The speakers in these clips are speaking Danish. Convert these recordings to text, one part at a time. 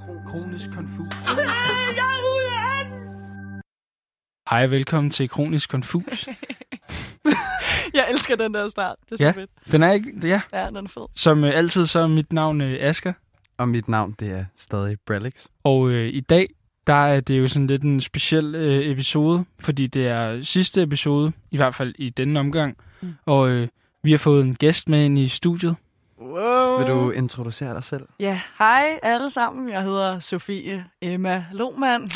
Kronisk konfus. Jeg er ude af den! Hej, velkommen til Kronisk Konfus. Jeg elsker den der start. Det er så fedt. Den er ikke... Ja, Ja, den er fed. som altid, så er mit navn Asger. Og mit navn, det er stadig Brelix. Og i dag, der er det jo sådan lidt en speciel episode, fordi det er sidste episode, i hvert fald i denne omgang. Og vi har fået en gæst med ind i studiet. Wow. Vil du introducere dig selv? Ja, hej alle sammen. Jeg hedder Sofie Emma Lohmann.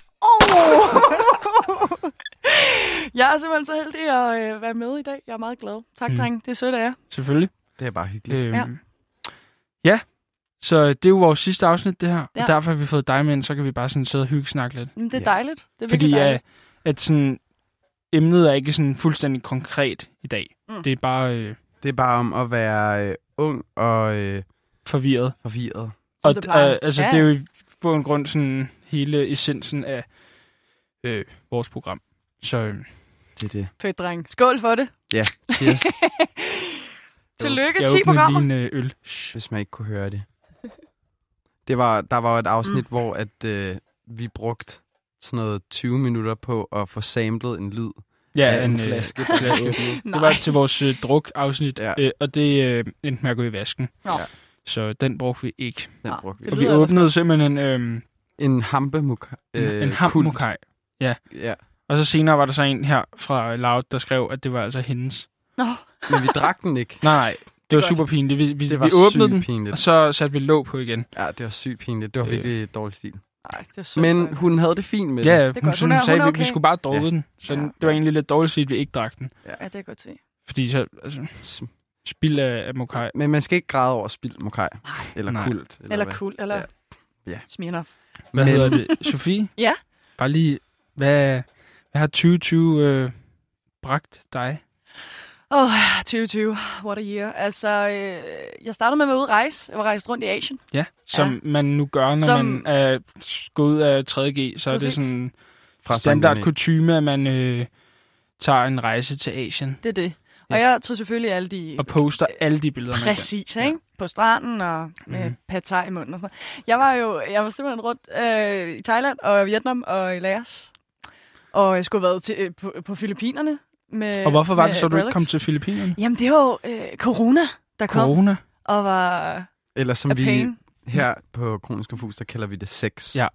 Jeg er simpelthen så heldig at være med i dag. Jeg er meget glad. Tak, dreng. Det er sødt af jer. Selvfølgelig. Det er bare hyggeligt. Ja, så det er jo vores sidste afsnit, det her. Ja. Og derfor har vi fået dig med ind, så kan vi bare sådan sidde og hygge-snakke lidt. Men det er dejligt. Det er Fordi virkelig dejligt. at sådan, emnet er ikke sådan fuldstændig konkret i dag. Det er bare Det er bare om at være ung og forvirret. forvirret. Og det plejer. altså, Ja. det er jo på en grund sådan hele essensen af vores program. Så Det er det. Fedt, dreng. Skål for det. Ja, cheers, Tillykke, jeg 10 åbnede programmer. lige en øl. hvis man ikke kunne høre det. Der var et afsnit, hvor at, vi brugte sådan noget 20 minutter på at få samlet en lyd Ja, af en flaske. flaske. Det var til vores druk-afsnit, Ja. og det endte med at gå i vasken. Nå. Ja. Så den brugte vi ikke. Den Nej, brugte vi. det Og vi lyder ellers åbnede simpelthen En hampemuk. en hampmokaj. Ja. Og så senere var der så en her fra Loud, der skrev, at det var altså hendes. Nå, Men vi drak den ikke. Nej, det var Godt. super pinligt. Vi Det var åbnede sygt den, pinligt. og så satte vi låg på igen. Ja, det var sygt pinligt. Det var virkelig dårlig stil. nej, det er sødt. Men for jer. hun havde det fint med det. Ja, er hun, godt. sådan, Hun er sagde, okay. vi skulle bare drukke den. Så Ja. det var egentlig lidt dårligt set, at vi ikke drak den. Ja, det kan godt se. Fordi så, altså, spild af mokaj. Men man skal ikke græde over spildt mokaj. Eller Nej. kult. Eller hvad. cool, eller Ja. Smirnoff. Hvad Men- hedder det? Sofie? Ja? Bare lige, hvad har 2020 bragt dig? 2020, what a year. Altså, jeg startede med at være ude at rejse. Jeg var rejst rundt i Asien. Ja, som man nu gør, når Som- man er gået ud af 3.G, så er det Præcis. sådan Fra standard Sankt kutyme, at man tager en rejse til Asien Det er det. Og Ja. jeg tog selvfølgelig alle de... og poster alle de billeder, man kan. Præcis, ikke? På stranden og med pad thai i munden og sådan noget. Jeg var simpelthen rundt i Thailand og Vietnam og i Laos. Og jeg skulle have været til, på Filippinerne med Og hvorfor var det med så, du ikke Brelix. kom til Filippinerne? Jamen, det var jo corona, der kom Corona? og var Eller som a vi pain. her på Kronisk Konfus, der kalder vi det sex. Ja.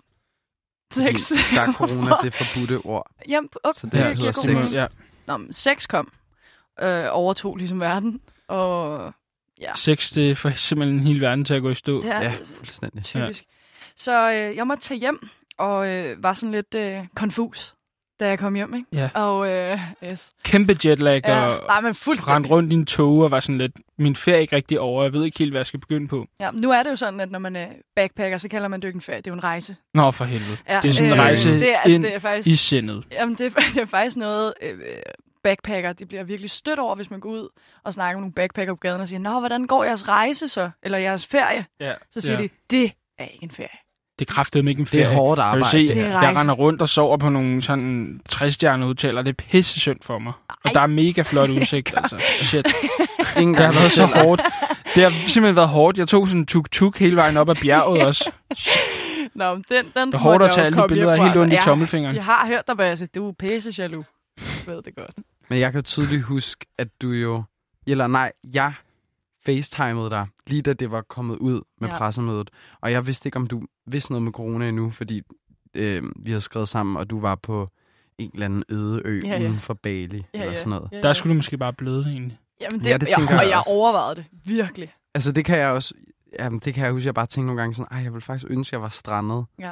Fordi Sex. Der er corona, det forbudte ord. Jamen, okay, Så det det hedder giver sex. god mening. Ja. Nå, men sex kom. Overtog ligesom verden. Og ja, Sex, det får simpelthen hele verden til at gå i stå. det er Ja, fuldstændig. typisk. Så jeg måtte tage hjem og var sådan lidt konfus, da jeg kom hjem, ikke? Ja. Og yes. Kæmpe jetlag Ja, og nej, men rende fuldstændig. rundt i en tog og var sådan lidt, min ferie er ikke rigtig over, jeg ved ikke helt, hvad jeg skal begynde på. Ja, nu er det jo sådan, at når man er backpacker, så kalder man det jo ikke en ferie, det er jo en rejse. Nå, for helvede. Ja, Det er sådan en rejse det er, altså, ind det er faktisk, i sindet. jamen, det er faktisk noget, backpacker, de bliver virkelig stødt over, hvis man går ud og snakker med nogle backpacker på gaden og siger, nå, hvordan går jeres rejse så? Eller jeres ferie? Ja, Så siger de, det er ikke en ferie. det er kraftedeme ikke en Det ferie. er hårdt Kan du arbejde. se, det Det her. er jeg rejse. render rundt og sover på nogle sådan 60-stjernede hoteller. Det er pisse synd for mig. Og der er mega flot udsigt, altså. Shit. Ingen Det har gang været så hoteller. hårdt. Det har simpelthen været hårdt. Jeg tog sådan en tuk-tuk hele vejen op ad bjerget også. Nå, men den Det er hårdt at tage alle de billeder helt ondt i tommelfingeren. Jeg har hørt dig, Basse. Du er pisse jaloux. Jeg ved det godt. Men jeg kan tydeligt huske, at du jo... Eller nej, jeg facetimede dig, lige da det var kommet ud med Ja. pressemødet. Og jeg vidste ikke, om du vidste noget med corona endnu, fordi vi havde skrevet sammen, og du var på en eller anden øde ø Ja, ja. uden for Bali, eller sådan noget. Der skulle du måske bare blevet det egentlig. Jamen, Ja, det tænker og jeg jeg også. overvejede det. Virkelig. Altså, det kan jeg også... Jamen, det kan jeg huske, jeg bare tænkte nogle gange sådan, jeg ville faktisk ønske, jeg var strandet. Ja.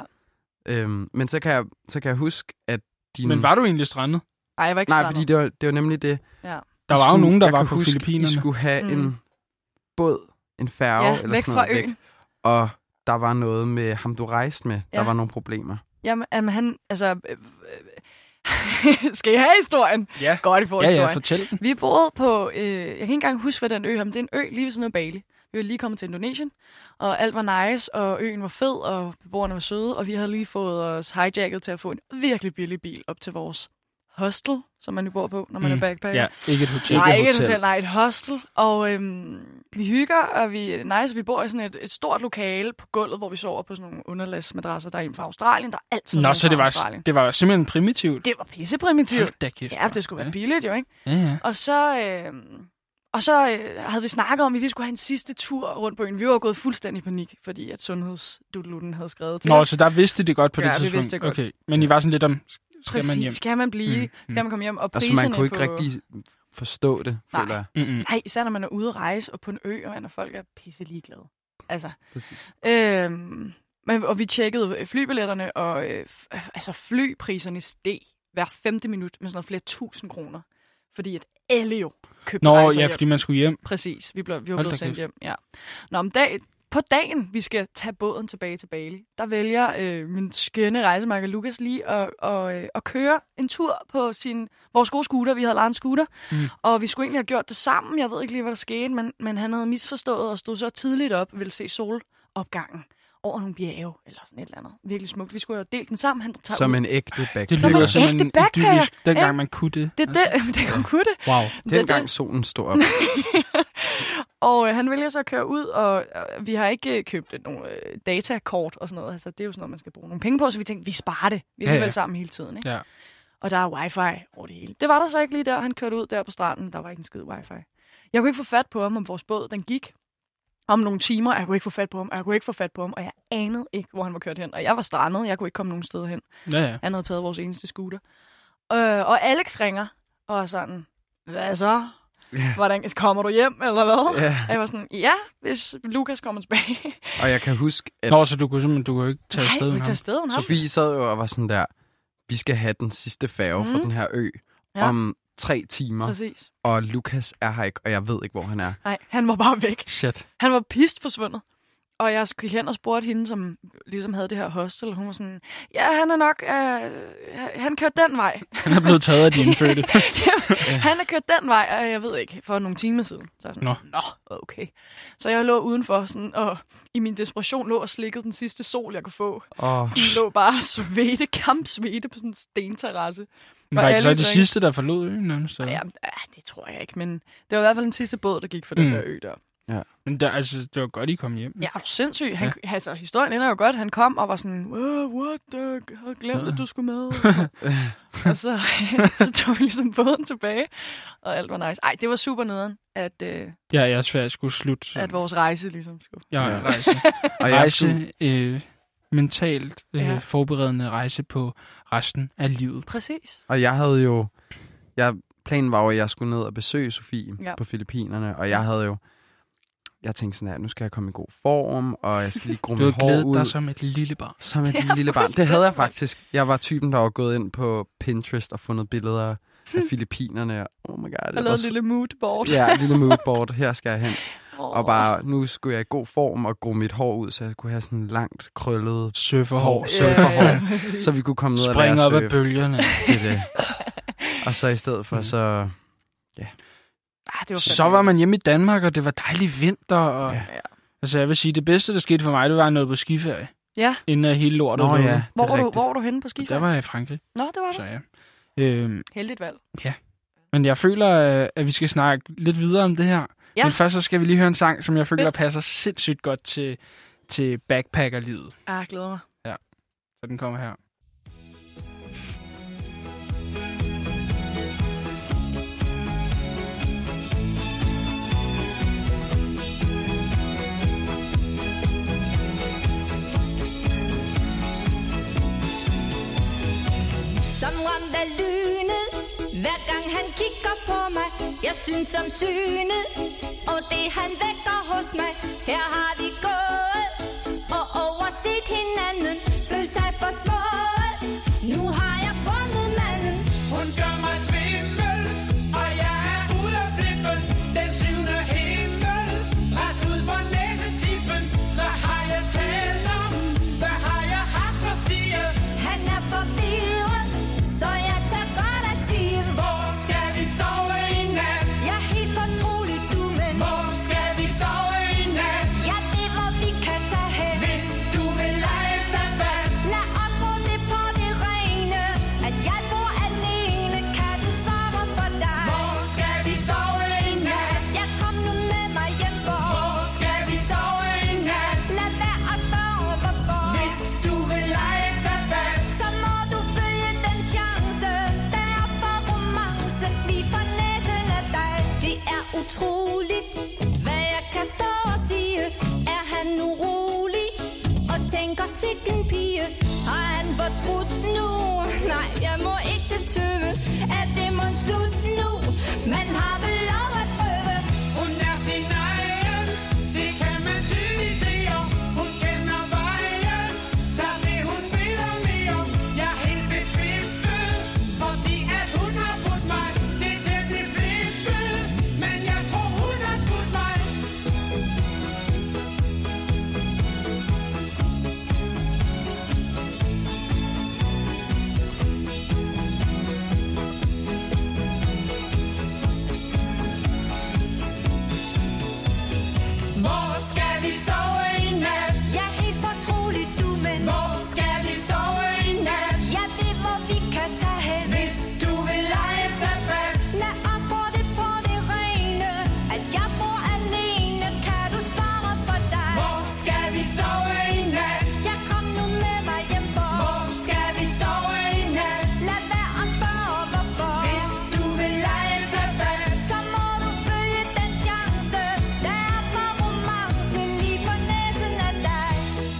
Men så kan jeg huske, at din... Men var du egentlig strandet? Ej, jeg var ikke Nej, strandet. fordi det var nemlig det. Ja. Der var jo nogen, der jeg var kan på huske, Filippinerne. I skulle have en båd, en færge Ja, eller væk sådan fra noget øen. Og der var noget med ham, du rejste med. Ja. Der var nogle problemer. Jamen, han... Altså... skal jeg have historien? Ja. Godt, I får Ja, historien. fortæl den. Vi boede på... jeg kan ikke engang huske, hvad den ø er, men det er en ø lige ved siden af Bali. Vi var lige kommet til Indonesien, og alt var nice, og øen var fed, og beboerne var søde, og vi havde lige fået os hijacket til at få en virkelig billig bil op til vores hostel, som man jo bor på, når man er backpacker. Ja, ikke et hotel. Nej, ikke et hotel, nej, et hostel. Og vi hygger, og vi bor i sådan et stort lokale på gulvet, hvor vi sover på sådan nogle underlagsmadrasser. Der er en fra Australien, der er altid Nå, så det var simpelthen primitivt. Det var pisseprimitivt. Ja, det skulle være billigt jo, ikke? Ja. Og så havde vi snakket om, at vi lige skulle have en sidste tur rundt på øen. Vi var gået fuldstændig i panik, fordi at sundhedsdudelutten havde skrevet til. Nå, så der vidste de godt på det tidspunkt? Ja, vi vidste det godt. Okay. Men I var sådan lidt om, skal man hjem? Skal man blive? Skal man komme hjem? Og altså, man kunne ikke rigtig forstå det, føler jeg. Nej, især når man er ude at rejse og på en ø, og folk er pisse ligeglade. Altså. Præcis. Og vi tjekkede flybilletterne, og flypriserne steg hver 5. minut med sådan noget flere 1000 kroner. Fordi at alle jo købte rejser hjem. Fordi man skulle hjem. Præcis, vi var blevet sendt hjem. Ja. Nå, på dagen, vi skal tage båden tilbage til Bali, der vælger min skønne rejsemarker Lukas lige at køre en tur på vores gode scooter. Vi havde lejet en scooter, og vi skulle egentlig have gjort det sammen. Jeg ved ikke lige, hvad der skete, men han havde misforstået og stod så tidligt op og ville se solopgangen over nogle bjerge, eller sådan et eller andet. Virkelig smukt. Vi skulle jo dele den sammen. Som en ægte backpacker. Det lyder som en idyllisk, dengang man kunne det. Det kunne det. Wow. Dengang solen stod op. Og han vælger så at køre ud, og vi har ikke købt nogle datakort og sådan noget. Altså, det er jo sådan noget, man skal bruge nogle penge på, så vi tænkte, vi sparer det. Vi er alligevel sammen hele tiden, ikke? Ja. Og der er wifi over det hele. Det var der så ikke lige der. Han kørte ud der på stranden. Der var ikke en skid wifi. Jeg kunne ikke få fat på ham, om vores båd den gik om nogle timer. Jeg kunne ikke få fat på ham, og jeg anede ikke, hvor han var kørt hen. Og jeg var strandet. Jeg kunne ikke komme nogen steder hen. Ja. Han havde taget vores eneste scooter. Og Alex ringer, og sådan, hvad så? Yeah. Hvordan, kommer du hjem, eller hvad? Yeah. Og jeg var sådan, ja, hvis Lukas kommer tilbage. Og jeg kan huske, at... Nå, så du kunne ikke tage afsted med ham? tage afsted med ham. Sofie sad jo og var sådan der, vi skal have den sidste færge fra den her ø om 3 timer. Præcis. Og Lukas er her ikke, og jeg ved ikke, hvor han er. Nej, han var bare væk. Shit. Han var pist forsvundet. Og jeg gik hen og spurgte hende, som ligesom havde det her hostel, og hun var sådan, ja, han er nok, han kørte den vej. Han er blevet taget af de indfødte. Han er kørt den vej, og jeg ved ikke, for nogle timer siden. Så sådan, Nå, okay. Så jeg lå udenfor, sådan, og i min desperation lå og slikkede den sidste sol, jeg kunne få. Jeg lå bare kampsvede på sådan en stenterrasse. Var ikke så det sidste, der forlod øen nærmest? Ja, det tror jeg ikke, men det var i hvert fald den sidste båd, der gik for den der ø der. Ja. Men det var godt, I kom hjem. Ja, er du sindssyg? Historien ender jo godt. Han kom og var sådan, what the... Jeg havde glemt, at du skulle med. Og så tog vi ligesom båden tilbage, og alt var nice. Ej, det var super nederen, at... jeg svært skulle slutte. At vores rejse ligesom skulle... Ja, rejse. Og rejse mentalt forberedende rejse på resten af livet. Præcis. Og jeg havde jo... Planen var jo, at jeg skulle ned og besøge Sofie på Filippinerne, og jeg tænkte sådan her, nu skal jeg komme i god form, og jeg skal lige gro mit hår ud. Du havde glædet dig som et lille barn. Som et lille barn. Det havde jeg faktisk. Jeg var typen, der var gået ind på Pinterest og fundet billeder af Filippinerne. Oh my god. Jeg lavede et lille moodboard. Ja, et lille moodboard. Her skal jeg hen. Og bare, nu skulle jeg i god form og gro mit hår ud, så jeg kunne have sådan langt krøllet surferhår. Så vi kunne komme ned og lære at springe op af bølgerne. Det. Og så i stedet for, så... Ja. Så var man hjemme i Danmark, og det var dejlig vinter. Og, altså, jeg vil sige, det bedste, der skete for mig, det var noget på skiferie. Ja. Inden hele lortet. Hvor var du henne på skiferie? Der var jeg i Frankrig. Nå, det var du. Så ja. Heldigt valg. Ja. Men jeg føler, at vi skal snakke lidt videre om det her. Ja. Men først så skal vi lige høre en sang, som jeg føler passer sindssygt godt til backpackerlivet. Jeg glæder mig. Ja, så den kommer her. Som ramt af lynet, hver gang han kigger på mig. Jeg synes om synet, og det han vækker hos mig. Her har vi gået og overset hinanden. Følt sig for små. Nu har jeg fundet manden. Hun gør mig svimmel, og jeg er ude af flippen. Den 7. himmel, ret ud for næsetippen. Hvad har jeg talt om? Hvad har jeg haft at sige? Han er forvirret, så jeg tager godt at sige. Hvor skal vi sove i nat? Jeg er helt fortrolig, du, men hvor skal vi sove i nat? ja, det må sikke en pige. Har han fortrudt nu? Nej, jeg må ikke tøve. Er det mon slut nu? Man har vel lov at prøve. Hun er sin egen, det kan man tydeligt se. Hun kender vejen, så det hun vil og mere. Jeg er helt besvimpet, fordi at hun har brudt mig. Det er temmelig flippet, men jeg tror hun har skudt mig. Hvor skal vi sove i nat? Jeg er helt fortroligt, du, men Hvor skal vi sove i nat? jeg ved, hvor vi kan tage hen. Hvis du vil lege, tag fat. Lad os få det på det rene, at jeg bor alene. Kan du svare for dig? Hvor skal vi sove i nat? Jeg kom nu med mig hjem for. Hvor skal vi sove i nat? Lad være at spørge hvorfor. Hvis du vil lege, tag fat. Så må du følge den chance, der er for romance lige for næsen af dig.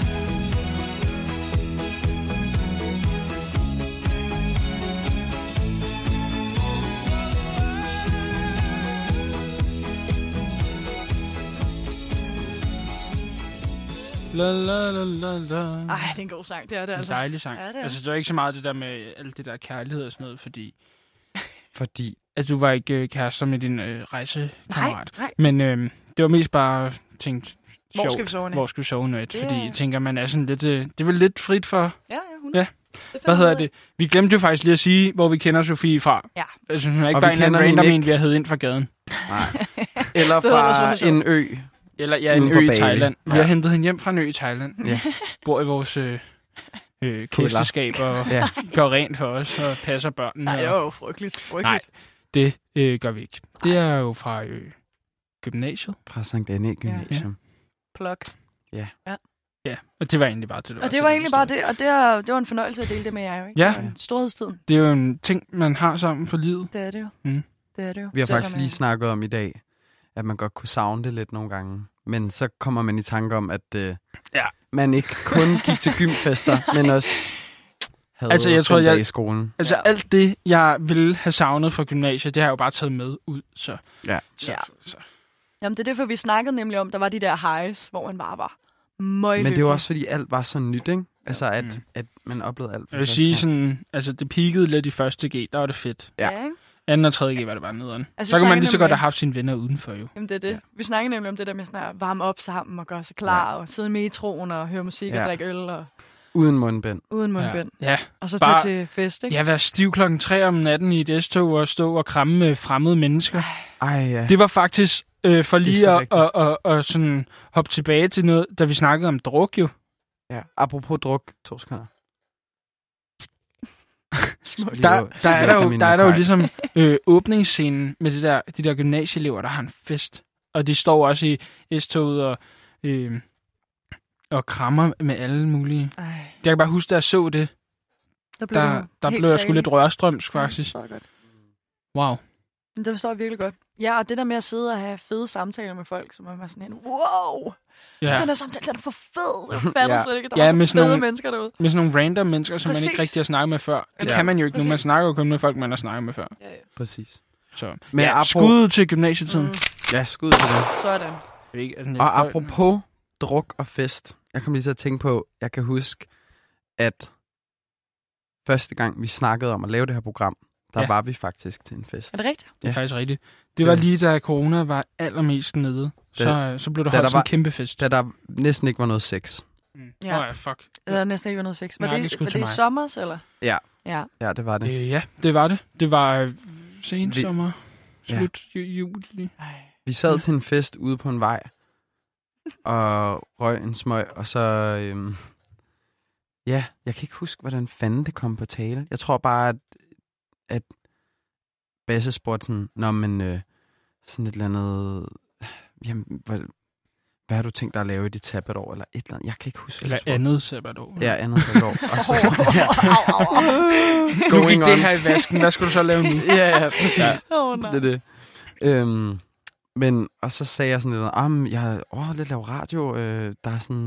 La, la, la, la, la. Ej, det er en god sang, det er det En altså. dejlig sang. Ja, det er Altså, det var ikke så meget det der med alt det der kærlighed og sådan noget, Fordi altså, du var ikke kærester med din rejsekammerat. Nej. Men det var mest bare tænkt, Hvor sjovt, skal vi sove i nat? Hvor skal vi sove i nat? Det Fordi er- jeg tænker, man er sådan lidt... det er vel lidt frit for... Ja, hun. Ja. Hvad hedder det? Vi glemte jo faktisk lige at sige, hvor vi kender Sofie fra. Ja. Altså, hun er ikke Og bare vi en eller anden kender hende random ikke. en, vi har hævet ind fra gaden. nej. Eller Det havde også fra været sjovt. en ø. Eller en Uden for ø i Bali. Thailand. Vi Ja. har hentet hende hjem fra en ø i Thailand. Ja. Bor i vores kosteskab og Ja. gør rent for os og passer børnene. Nej, det og- var jo frygteligt. Nej, det gør vi ikke. Det er jo fra gymnasiet. Fra Sankt Anne Gymnasium. Plok. Ja, og det var egentlig bare det, der Og det til var den egentlig bare historie. det, og det var en fornøjelse at dele det med jer, jo, ikke? Ja. Det var en storhedstiden. Det er jo en ting, man har sammen for livet. Det er det jo. Mm. Det er det jo. Vi har Selvom faktisk jeg- lige snakket om i dag, at man godt kunne savne det lidt nogle gange. Men så kommer man i tanke om, at man ikke kun gik til gymfester, men også havde Altså, jeg tror, 5 jeg- dage i skolen. Altså Ja. alt det, jeg ville have savnet fra gymnasiet, det har jeg jo bare taget med ud. Så. Ja. Så, Ja. så. Jamen, det er derfor, vi snakkede nemlig om, der var de der highs, hvor man bare var møglykkelig. Men det er jo også, fordi alt var så nyt, ikke? Altså, at, Mm. at man oplevede alt for Jeg vil første sige gang. sådan, altså det peakede lidt i første G, der var det fedt. Ja. Ja, ikke? Anden og tredje G var det bare nederen. Altså, Så vi kan man snakker lige så nemlig- godt have haft sine venner udenfor jo. Jamen, det er det. Ja. Vi snakker nemlig om det der med sådan at varme op sammen og gøre sig klar, og sidde i metroen og høre musik og Ja. drikke øl og Uden mundbind. uden mundbind. Ja, Og så Bare- til fest, ikke? jeg var stiv 3:00 om natten i et S-tog og stå og kramme med fremmede mennesker. Ej, ja. Det var faktisk for lige så at sådan hoppe tilbage til noget, da vi snakkede om druk jo. ja. Apropos druk, 2 sekunder. Smukt. Der er der jo Kaj. ligesom åbningsscenen med de der gymnasieelever, der har en fest. Og de står også i S-toget og krammer med alle mulige. Ej, Jeg kan bare huske, da jeg så det, der blev, der blev jeg sgu lidt rørstrømsk faktisk. Ja, det forstår jeg godt. Wow. Men det forstår jeg virkelig godt. Ja, og det der med at sidde og have fede samtaler med folk, som man var sådan en, wow, Ja. den her samtale, den er for fed. Jeg fatter Ja. slet ikke, der Ja, var med så sådan fede nogle- mennesker derude. Med sådan nogle random mennesker, som man Præcis. ikke rigtig har snakket med før. Det Ja. kan man jo ikke nu. Man Præcis. snakker jo kun med folk, man har snakket med før. Ja, ja. Præcis. Så Men Men ja, apropos- skud til gymnasietiden. Ja, skud til det. Sådan. Ikke, altså, Og apropos druk og fest. Jeg kom lige til at tænke på, jeg kan huske, at første gang vi snakkede om at lave det her program, der Ja. var vi faktisk til en fest. Er det rigtigt? Det er Ja. faktisk rigtigt. Det var lige da corona var allermest nede. Så blev der da holdt der sådan var- en kæmpe fest. Da der næsten ikke var noget sex. Ja. Ja. Fuck. Der er næsten ikke noget sex. Var Nej, det, det skulle var til det i mig. sommers, eller? Ja. Ja. Ja, det var det. Ja, det var det. Det var Vi- sensommer. Ja. Slut juli. Ej. Vi sad til en fest ude på en vej, og røg en smøg, og så... ja, jeg kan ikke huske, hvordan fanden det kom på tale. Jeg tror bare, at Basse spurgte sådan, nå, men sådan et eller andet... Jamen, hvad har du tænkt dig at lave i dit sabbatår, eller et eller andet? Jeg kan ikke huske, hvad Eller jeg spurgte. andet sabbatår. Ja, andet sabbatår. Og så, Nu gik Going det on. her i vasken. Hvad skal du så lave nu? ja, præcis. Ja. Nej. Det er det. Men, og så sagde jeg sådan lidt, jeg har lidt lavet radio, der er sådan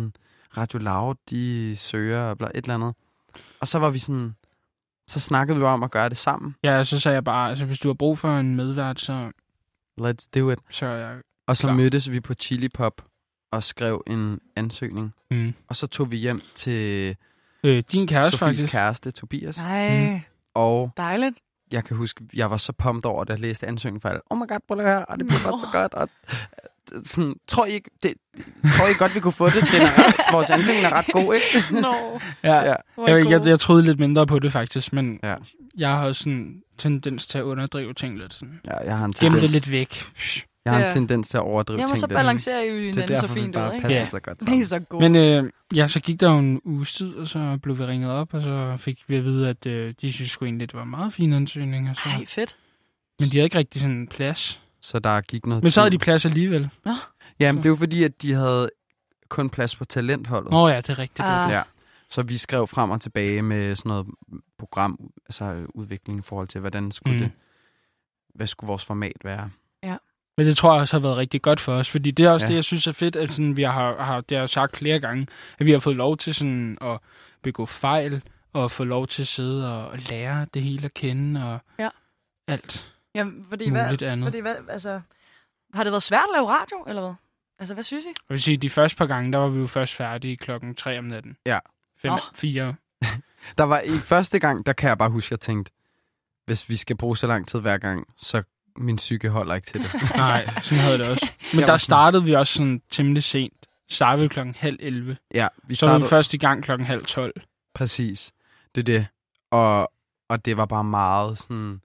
Radio Loud, de søger og et eller andet. Og så var vi sådan, så snakkede vi om at gøre det sammen. Ja, så sagde jeg bare, altså hvis du har brug for en medvært, så Let's do it. er jeg Og så klar. mødtes vi på Chili Pop og skrev en ansøgning. Og så tog vi hjem til din kæreste Sofies faktisk. kæreste, Tobias. Nej, Og dejligt. jeg kan huske, jeg var så pumped over, da jeg læste ansøgningen for alle. Oh my god, prøv at høre, og det bliver godt så godt. Og sådan, tror I godt, vi kunne få det? Vores ansøgning er ret god, ikke? Nå, Ja. Jeg troede lidt mindre på det faktisk, men Ja. jeg har også sådan tendens til at underdrive ting lidt. Sådan. Ja, jeg har en Gemme det tendens, lidt væk. jeg har en Ja. tendens til at overdrive Jamen, ting. så lidt. balancerer I jo Det er hinanden så derfor, vi fint bare ud, ikke? passer Ja. så godt Det sammen. er så godt. Men så gik der jo en uges tid, og så blev vi ringet op, og så fik vi at vide, at de synes sgu egentlig, det var en meget fin ansøgning. Og så. Ej, fedt. Men de havde ikke rigtig sådan en plads. Så der gik noget Men så havde tid. de plads alligevel. Jamen, det er jo fordi, at de havde kun plads på talentholdet. Ja, det er rigtigt. Ja. Så vi skrev frem og tilbage med sådan noget program, altså udvikling i forhold til, hvordan skulle hvad skulle vores format være? Men det tror jeg også har været rigtig godt for os, fordi det er også Ja. det, jeg synes er fedt, at sådan, vi har det har jeg sagt flere gange, at vi har fået lov til sådan at begå fejl, og få lov til at sidde og lære det hele at kende, og alt Jamen, fordi muligt andet. altså, har det været svært at lave radio, eller hvad? Altså, hvad synes I? Jeg vil sige, de første par gange, der var vi jo først færdige 3:00 om natten. Ja. 4. Der var i første gang, der kan jeg bare huske, at jeg tænkte, hvis vi skal bruge så lang tid hver gang, så min psyke holder ikke til det. Nej, sådan havde det også. Men Jeg der var startede vi også sådan temmelig sent. Startede vi 10:30. Ja, vi Så var startede vi først i gang 11:30. præcis. Det er det. Og det var bare meget sådan...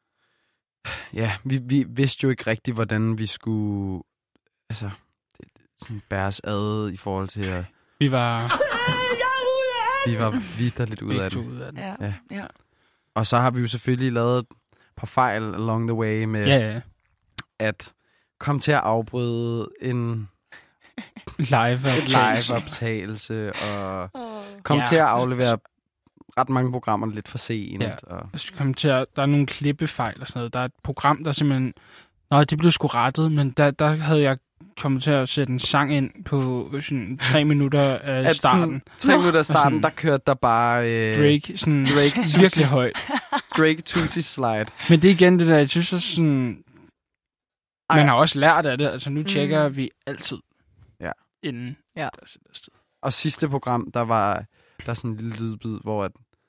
Ja, vi vidste jo ikke rigtigt, hvordan vi skulle altså, sådan bæres ad i forhold til at... Vi var Vi var vitterligt ude af begge det. ud af den. Ja. Og så har vi jo selvfølgelig lavet et par fejl along the way med Ja. at komme til at afbryde en live-optagelse og komme Ja. til at aflevere ret mange programmer lidt for sent. Ja. Og, Der er nogle klippefejl og sådan noget. Der er et program, der simpelthen... Nå, det blev sgu rettet, men der havde jeg kommet til at sætte en sang ind på sådan 3 minutter af at starten. 3 minutter af starten, sådan- der kørte der bare Drake, sådan virkelig højt. Drake Tusi Slide. Men det er igen det der, jeg synes også sådan... Man har også lært af det. Altså nu tjekker vi altid. Ja. Inden. Ja. Der er afsted. Og sidste program, der er sådan en lille lydbid, hvor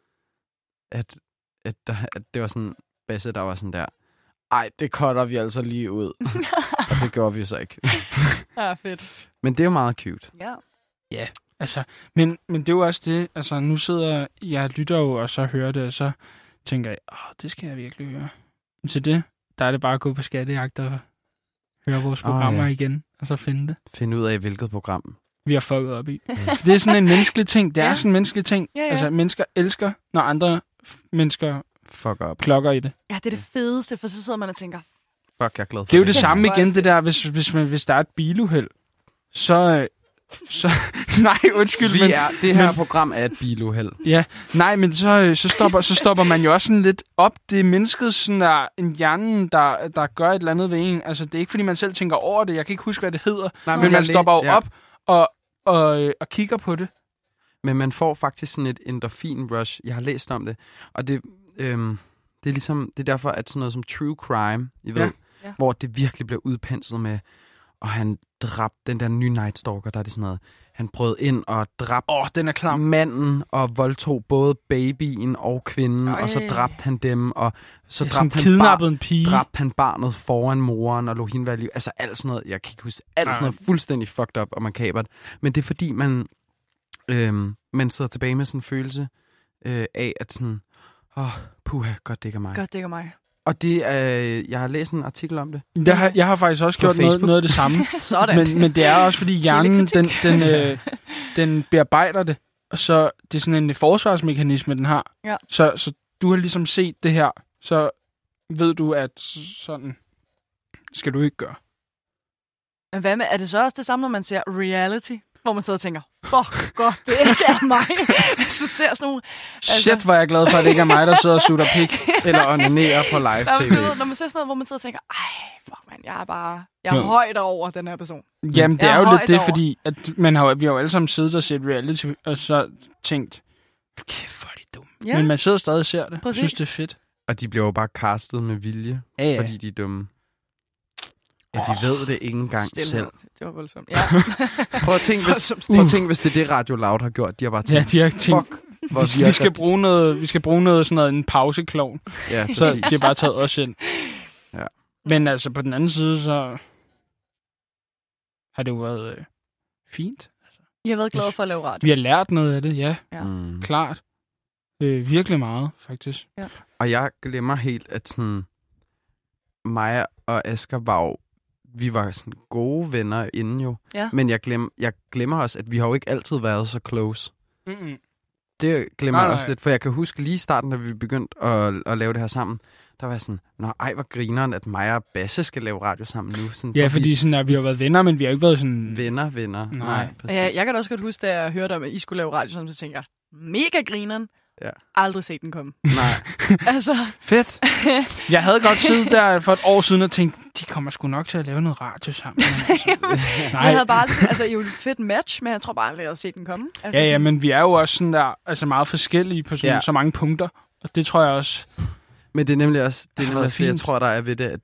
at det var sådan, Basse, der var sådan der, ej, det cutter vi altså lige ud. Og det gjorde vi jo så ikke. Ja, fedt. Men det er jo meget cute. Ja. Altså, men det er jo også det, altså nu sidder jeg lytter jo, og så hører det, og så tænker jeg, det skal jeg virkelig høre. Men til det, der er det bare at gå på skattejagt og høre vores programmer igen, og så finde det. Finde ud af, hvilket program. Vi har fucket op i. Det er sådan en menneskelig ting. Det er Ja. sådan en menneskelig ting. Ja. Altså, mennesker elsker, når andre mennesker Fuck op. klokker i det. Ja, det er det fedeste, for så sidder man og tænker, Fuck, jeg er glad for Det er jo det Ja, samme hvor er igen, det det der, hvis der er et biluheld. Så nej, undskyld, men... Det her program er et biluheld. Ja, nej, men så stopper man jo også sådan lidt op. Det er mennesket, sådan der, en hjernen, der gør et eller andet ved en. Altså, det er ikke, fordi man selv tænker over det. Jeg kan ikke huske, hvad det hedder. Nej, men man stopper jo op og kigger på det. Men man får faktisk sådan et endorphin-rush. Jeg har læst om det. Og det er ligesom, det er derfor, at sådan noget som true crime, I ved, Ja. hvor det virkelig bliver udpenslet med, og han dræbte den der nye Night Stalker, der er det sådan noget, han brød ind og dræbte Den er klar. manden og voldtog både babyen og kvinden, og så dræbte han dem, og så dræbte han, kidnappede en pige. dræbte han barnet foran moren og lå hende være liv. Altså alt sådan noget, jeg kan ikke huske, alt sådan noget fuldstændig fucked up og makabert. Men det er fordi, man sidder tilbage med sådan en følelse af, at sådan, puha, godt det ikke er mig. godt, det ikke er mig. Og det jeg har læst en artikel om det. Jeg har faktisk også På gjort Facebook. noget af det samme. Sådan. men det er også, fordi hjernen, den bearbejder det. Og så det er sådan en forsvarsmekanisme, den har. Ja. Så du har ligesom set det her, så ved du, at sådan skal du ikke gøre. Men hvad med, er det så også det samme, når man ser reality? hvor man sidder og tænker, fuck godt, det ikke er mig. Så ser sådan nogle... Shit, hvor er jeg glad for, at det ikke er mig, der sidder og sutter pik. Eller onanerer på live-tv. Når man ser sådan noget, hvor man sidder og tænker, fuck mand, jeg er højt over den her person. Jamen, det Jeg er er jo lidt højt det, over. fordi at vi har jo alle sammen siddet og set reality, og så tænkt, kæft, hvor er de dumme. Ja. Men man sidder stadig og ser det. Præcis. Synes, det er fedt. Og de bliver jo bare castet med vilje, Ja. fordi de er dumme. Ja, de ved det ikke engang selv. Det var voldsomt. Ja. Prøv at tænke, hvis det er det Radio Loud har gjort. De har bare Ja, tænkt, de har tænkt, fuck, vi skal bruge noget sådan noget, en pauseklovn. Ja, Så præcis. det er bare taget os ind. Ja. Men altså, på den anden side, så har det jo været fint. I har været glade for at lave radio. Vi har lært noget af det, ja. Ja. Klart. Virkelig meget, faktisk. Ja. Og jeg glemmer helt, at sådan, mig og Asger var jo, vi var sådan gode venner inden jo. Ja. Men jeg glemmer også, at vi har jo ikke altid været så close. Mm-mm. Det glemmer jeg Nej. også lidt, for jeg kan huske lige i starten, da vi begyndte at lave det her sammen, der var jeg sådan, hvor grineren, at mig og Basse skal lave radio sammen nu. Sådan, Ja, fordi sådan, at vi har været venner, men vi har ikke været sådan... Venner. Nej. præcis. Ja, jeg kan da også godt huske, da jeg hørte om, at I skulle lave radio sammen, så tænkte jeg, mega grineren. Ja. Aldrig set den komme. Nej. Altså, Fedt. Jeg havde godt siddet der for et år siden og tænkt, de kommer sgu nok til at lave noget radio sammen. jeg havde bare aldrig, altså, I er jo et fedt match, men jeg tror bare aldrig, jeg havde set den komme. Altså, Ja, sådan, men vi er jo også sådan der, altså meget forskellige på sådan, så mange punkter. Og det tror jeg også... Men det er nemlig også, har været det, jeg fint. tror, der er ved det,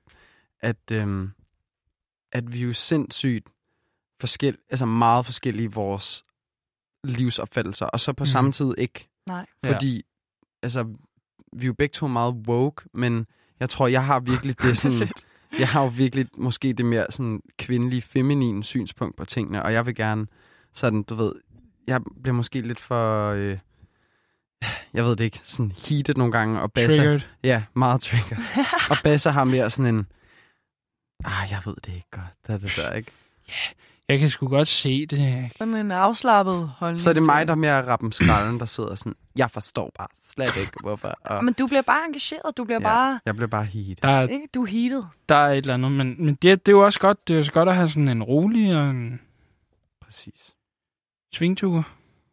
at vi er jo sindssygt altså meget forskellige i vores livsopfattelser, og så på samme tid ikke. Nej. Fordi, altså, vi er jo begge to meget woke, men jeg tror, jeg har virkelig det sådan... Jeg har jo virkelig måske det mere sådan kvindelige, feminine synspunkt på tingene, og jeg vil gerne sådan, du ved, jeg bliver måske lidt for, jeg ved det ikke, sådan heated nogle gange, og Basse... Triggered. Ja, meget triggered. Og Basse har mere sådan en, jeg ved det ikke godt, det er det der, ikke? Jeg kan sgu godt se det. Sådan en afslappet holdning. Så er det mig, der er mere rappen skralden, der sidder sådan, jeg forstår bare slet ikke, hvorfor. Og, Men du bliver bare engageret, du bliver bare... jeg bliver bare heated. Ikke? Du er heated. Der er et eller andet, men det er jo også godt. Det er jo så godt at have sådan en rolig og en Præcis. svingtur.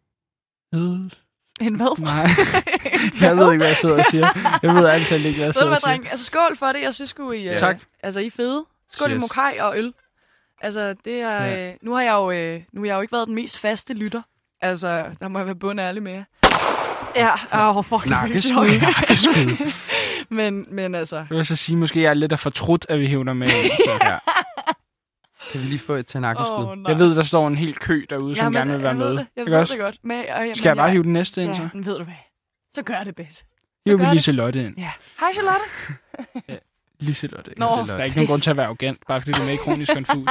En hvad? Nej, jeg ved ikke, hvad jeg sidder og siger. Jeg ved altid ikke, hvad jeg Ved du sidder hvad, og siger. dreng? Altså, skål for det. Jeg synes sgu, I... Tak. Altså, I er fede. Skål i Cheers. mokai og øl. Altså, det er... Ja. Nu har jeg jo ikke været den mest faste lytter. Altså, der må jeg være bundærlig med jer. Ja, fucking Nakkeskud. men altså... Jeg vil så sige, måske jeg er lidt af fortrudt, at vi hævner med. Så. Ja. Kan vi lige få et tanakkeskud? nej. Jeg ved, der står en hel kø derude, som gerne vil være med. Jeg Ikke ved også? det godt. Men, Skal jeg bare hive den næste ind, så? Ja, men ved du hvad? Så gør det bedst. Hiver vi gør lige det. Charlotte ind. Ja. Hej, Charlotte. Lige Charlotte. Nå, Der er ikke nogen grund til at være arrogant, bare fordi du er med i Kronisk Konfus.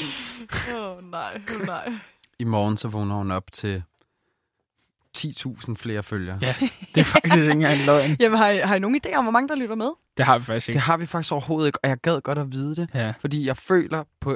Nej. I morgen så vågner hun op til 10.000 flere følgere. Ja, det er faktisk ikke engang en løgn. Jamen, har I nogen idé om, hvor mange der lytter med? Det har vi faktisk Det ikke. har vi faktisk overhovedet ikke, og jeg gad godt at vide det. Ja. Fordi jeg føler på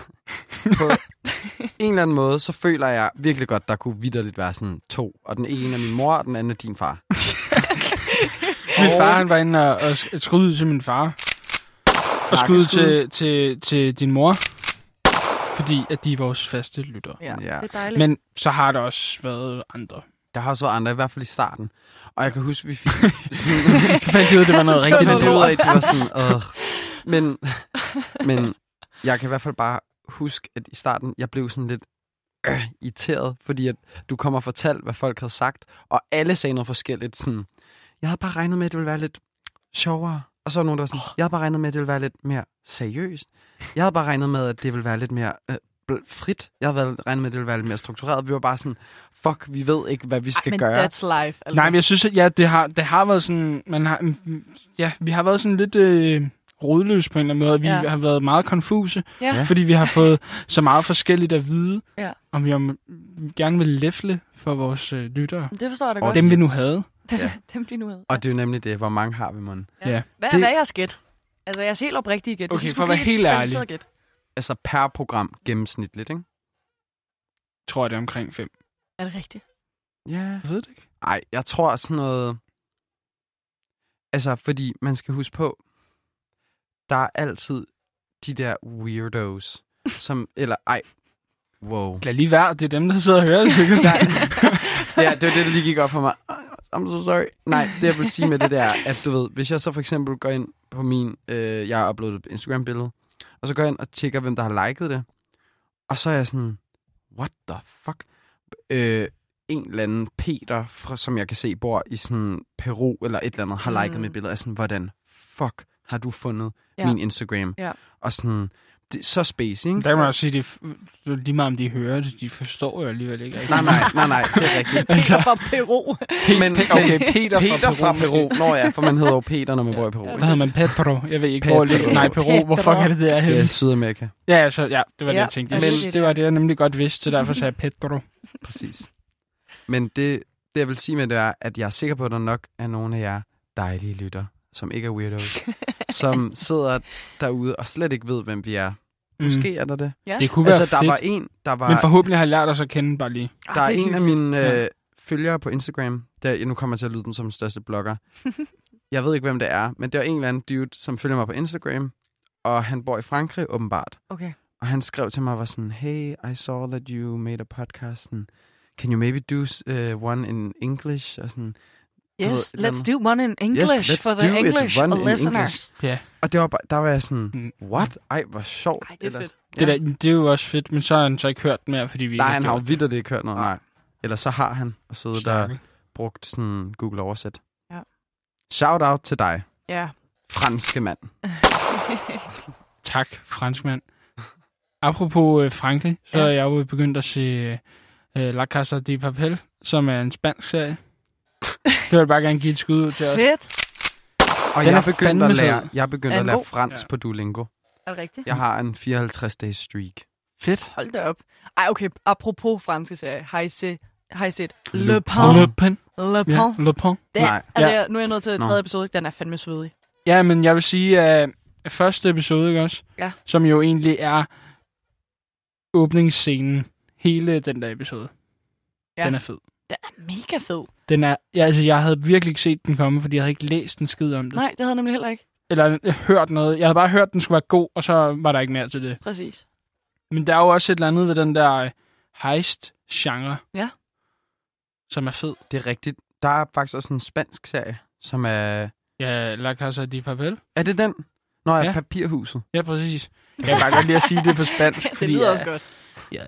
en eller anden måde, så føler jeg virkelig godt, der kunne vitterligt være sådan 2. Og den ene er min mor, og den anden er din far. Min far, han var inde og skrue ud til min far. Og skrue til din mor. Fordi at de er vores faste lyttere. Ja, Ja. det er dejligt. Men så har der også været andre. Der har også været andre, i hvert fald i starten. Og jeg kan huske, vi fik... Så fandt de ud, det var noget Så rigtigt. noget det ud af, lort. at de var sådan... Men jeg kan i hvert fald bare huske, at i starten, jeg blev sådan lidt irriteret, fordi at du kommer og fortalte, hvad folk havde sagt, og alle sagde noget forskelligt. Sådan, jeg havde bare regnet med, at det ville være lidt sjovere. Og så var nogen, der var sådan, jeg havde bare regnet med, at det ville være lidt mere seriøst. Jeg havde bare regnet med, at det ville være lidt mere frit. Jeg havde regnet med, at det ville være lidt mere struktureret. Vi var bare sådan, fuck, vi ved ikke, hvad vi skal gøre. Men that's life. Altså. Nej, men jeg synes, at ja, det har været sådan... vi har været sådan lidt rodløse på en eller anden måde. Vi har været meget konfuse, fordi vi har fået så meget forskelligt at vide, om vi gerne vil læfle for vores lyttere. Det forstår jeg da Og godt. dem vi nu havde. Dem de nu havde. Og det er jo nemlig det, hvor mange har vi, mon? Ja. Hvad er jeres gæt? Altså, jeg er helt oprigtig gæt. Okay, for at være helt ærlig. Gæt. Altså per program gennemsnitligt, ikke? Tror jeg, det er omkring 5. Er det rigtigt? Ja. Jeg ved det ikke. Ej, jeg tror sådan noget... Altså, fordi man skal huske på, der er altid de der weirdos, som... Eller, Wow. Lad lige være, det er dem, der sidder og hører det. Ja, det var det, der lige gik op for mig. I'm so sorry. Nej, det jeg vil sige med det der, at du ved, hvis jeg så for eksempel går ind på min, jeg har uploadet et Instagram-billede, og så går jeg ind og tjekker, hvem der har liket det, og så er jeg sådan, what the fuck? En eller anden Peter, som jeg kan se bor i sådan Peru eller et eller andet, har liket mit billede, og sådan, hvordan fuck har du fundet min Instagram? Ja. Og sådan, det, så space, ikke? Der kan man også sige, det er lige meget om de hører det, de forstår jo alligevel ikke. Nej, det er rigtigt. Peter fra Peru. Men, Okay, Peter fra Peru. Nå ja, for man hedder jo Peter, når man bor i Peru. Der hedder man Pedro. Jeg ved ikke, hvor det nej, Peru. Hvor fuck er det der henne? Det er Sydamerika. Ja, altså, ja, det var det, jeg tænkte. Men det var det, jeg nemlig godt vidste, så derfor sagde jeg Pedro. Præcis. Men det jeg vil sige med det er, at jeg er sikker på, at der nok er nogle af jer dejlige lytter, som ikke er weirdos, som sidder derude og slet ikke ved, hvem vi er. Måske er der det. Ja. Det kunne være fedt. Der var Men forhåbentlig har jeg lært os at kende bare lige. Der er en af mine følgere på Instagram, nu kommer jeg til at lyde den som den største blogger. Jeg ved ikke, hvem det er, men det er en eller anden dude, som følger mig på Instagram, og han bor i Frankrig, åbenbart. Okay. Og han skrev til mig, var sådan, hey, I saw that you made a podcast, and can you maybe do one in English? Og sådan, yes, let's do one in English for the English listeners. Ja. Og det var der var jeg sådan, what? Ej, hvor sjovt. Ej, det er fedt. Det er jo også fedt, men så har han så ikke hørt mere, fordi vi Nej, ikke han har jo vildt ikke hørt noget, nej. Eller så har han, og siddet der brugt sådan Google Oversæt. Ja. Shout out til dig. Ja. Franske mand. Tak, franskmand. Apropos Frankrig, så er jeg jo begyndt at se La Casa de Papel, som er en spansk serie. Det vil jeg bare gerne give et skud ud til os. Fedt. Og Den jeg er fandme er begyndt at lære fransk på Duolingo. Er det rigtigt? Jeg har en 54-dages streak. Fedt. Hold da op. Ej, okay. Apropos franske serie. Har I set Le Pen. Le Pen. Ja, Le Pen. Nej. Nu er jeg nået til tredje episode. Den er fandme svedig. Ja, men jeg vil sige, at første episode, ikke også? Ja. Som jo egentlig er åbningsscenen. Hele den der episode. Ja. Den er fed. Den er mega fed. Den er, jeg havde virkelig ikke set den komme, fordi jeg havde ikke læst en skid om det. Nej, det havde jeg nemlig heller ikke. Eller hørt noget. Jeg havde bare hørt, at den skulle være god, og så var der ikke mere til det. Præcis. Men der er jo også et eller andet ved den der heist-genre. Ja. Som er fed. Det er rigtigt. Der er faktisk også en spansk serie, som er... Ja, La Casa de Papel. Er det den? Nå, Ja. Papirhuset. Ja, præcis. Jeg kan bare godt lide at sige det på spansk, Det fordi... lyder også godt. Ja.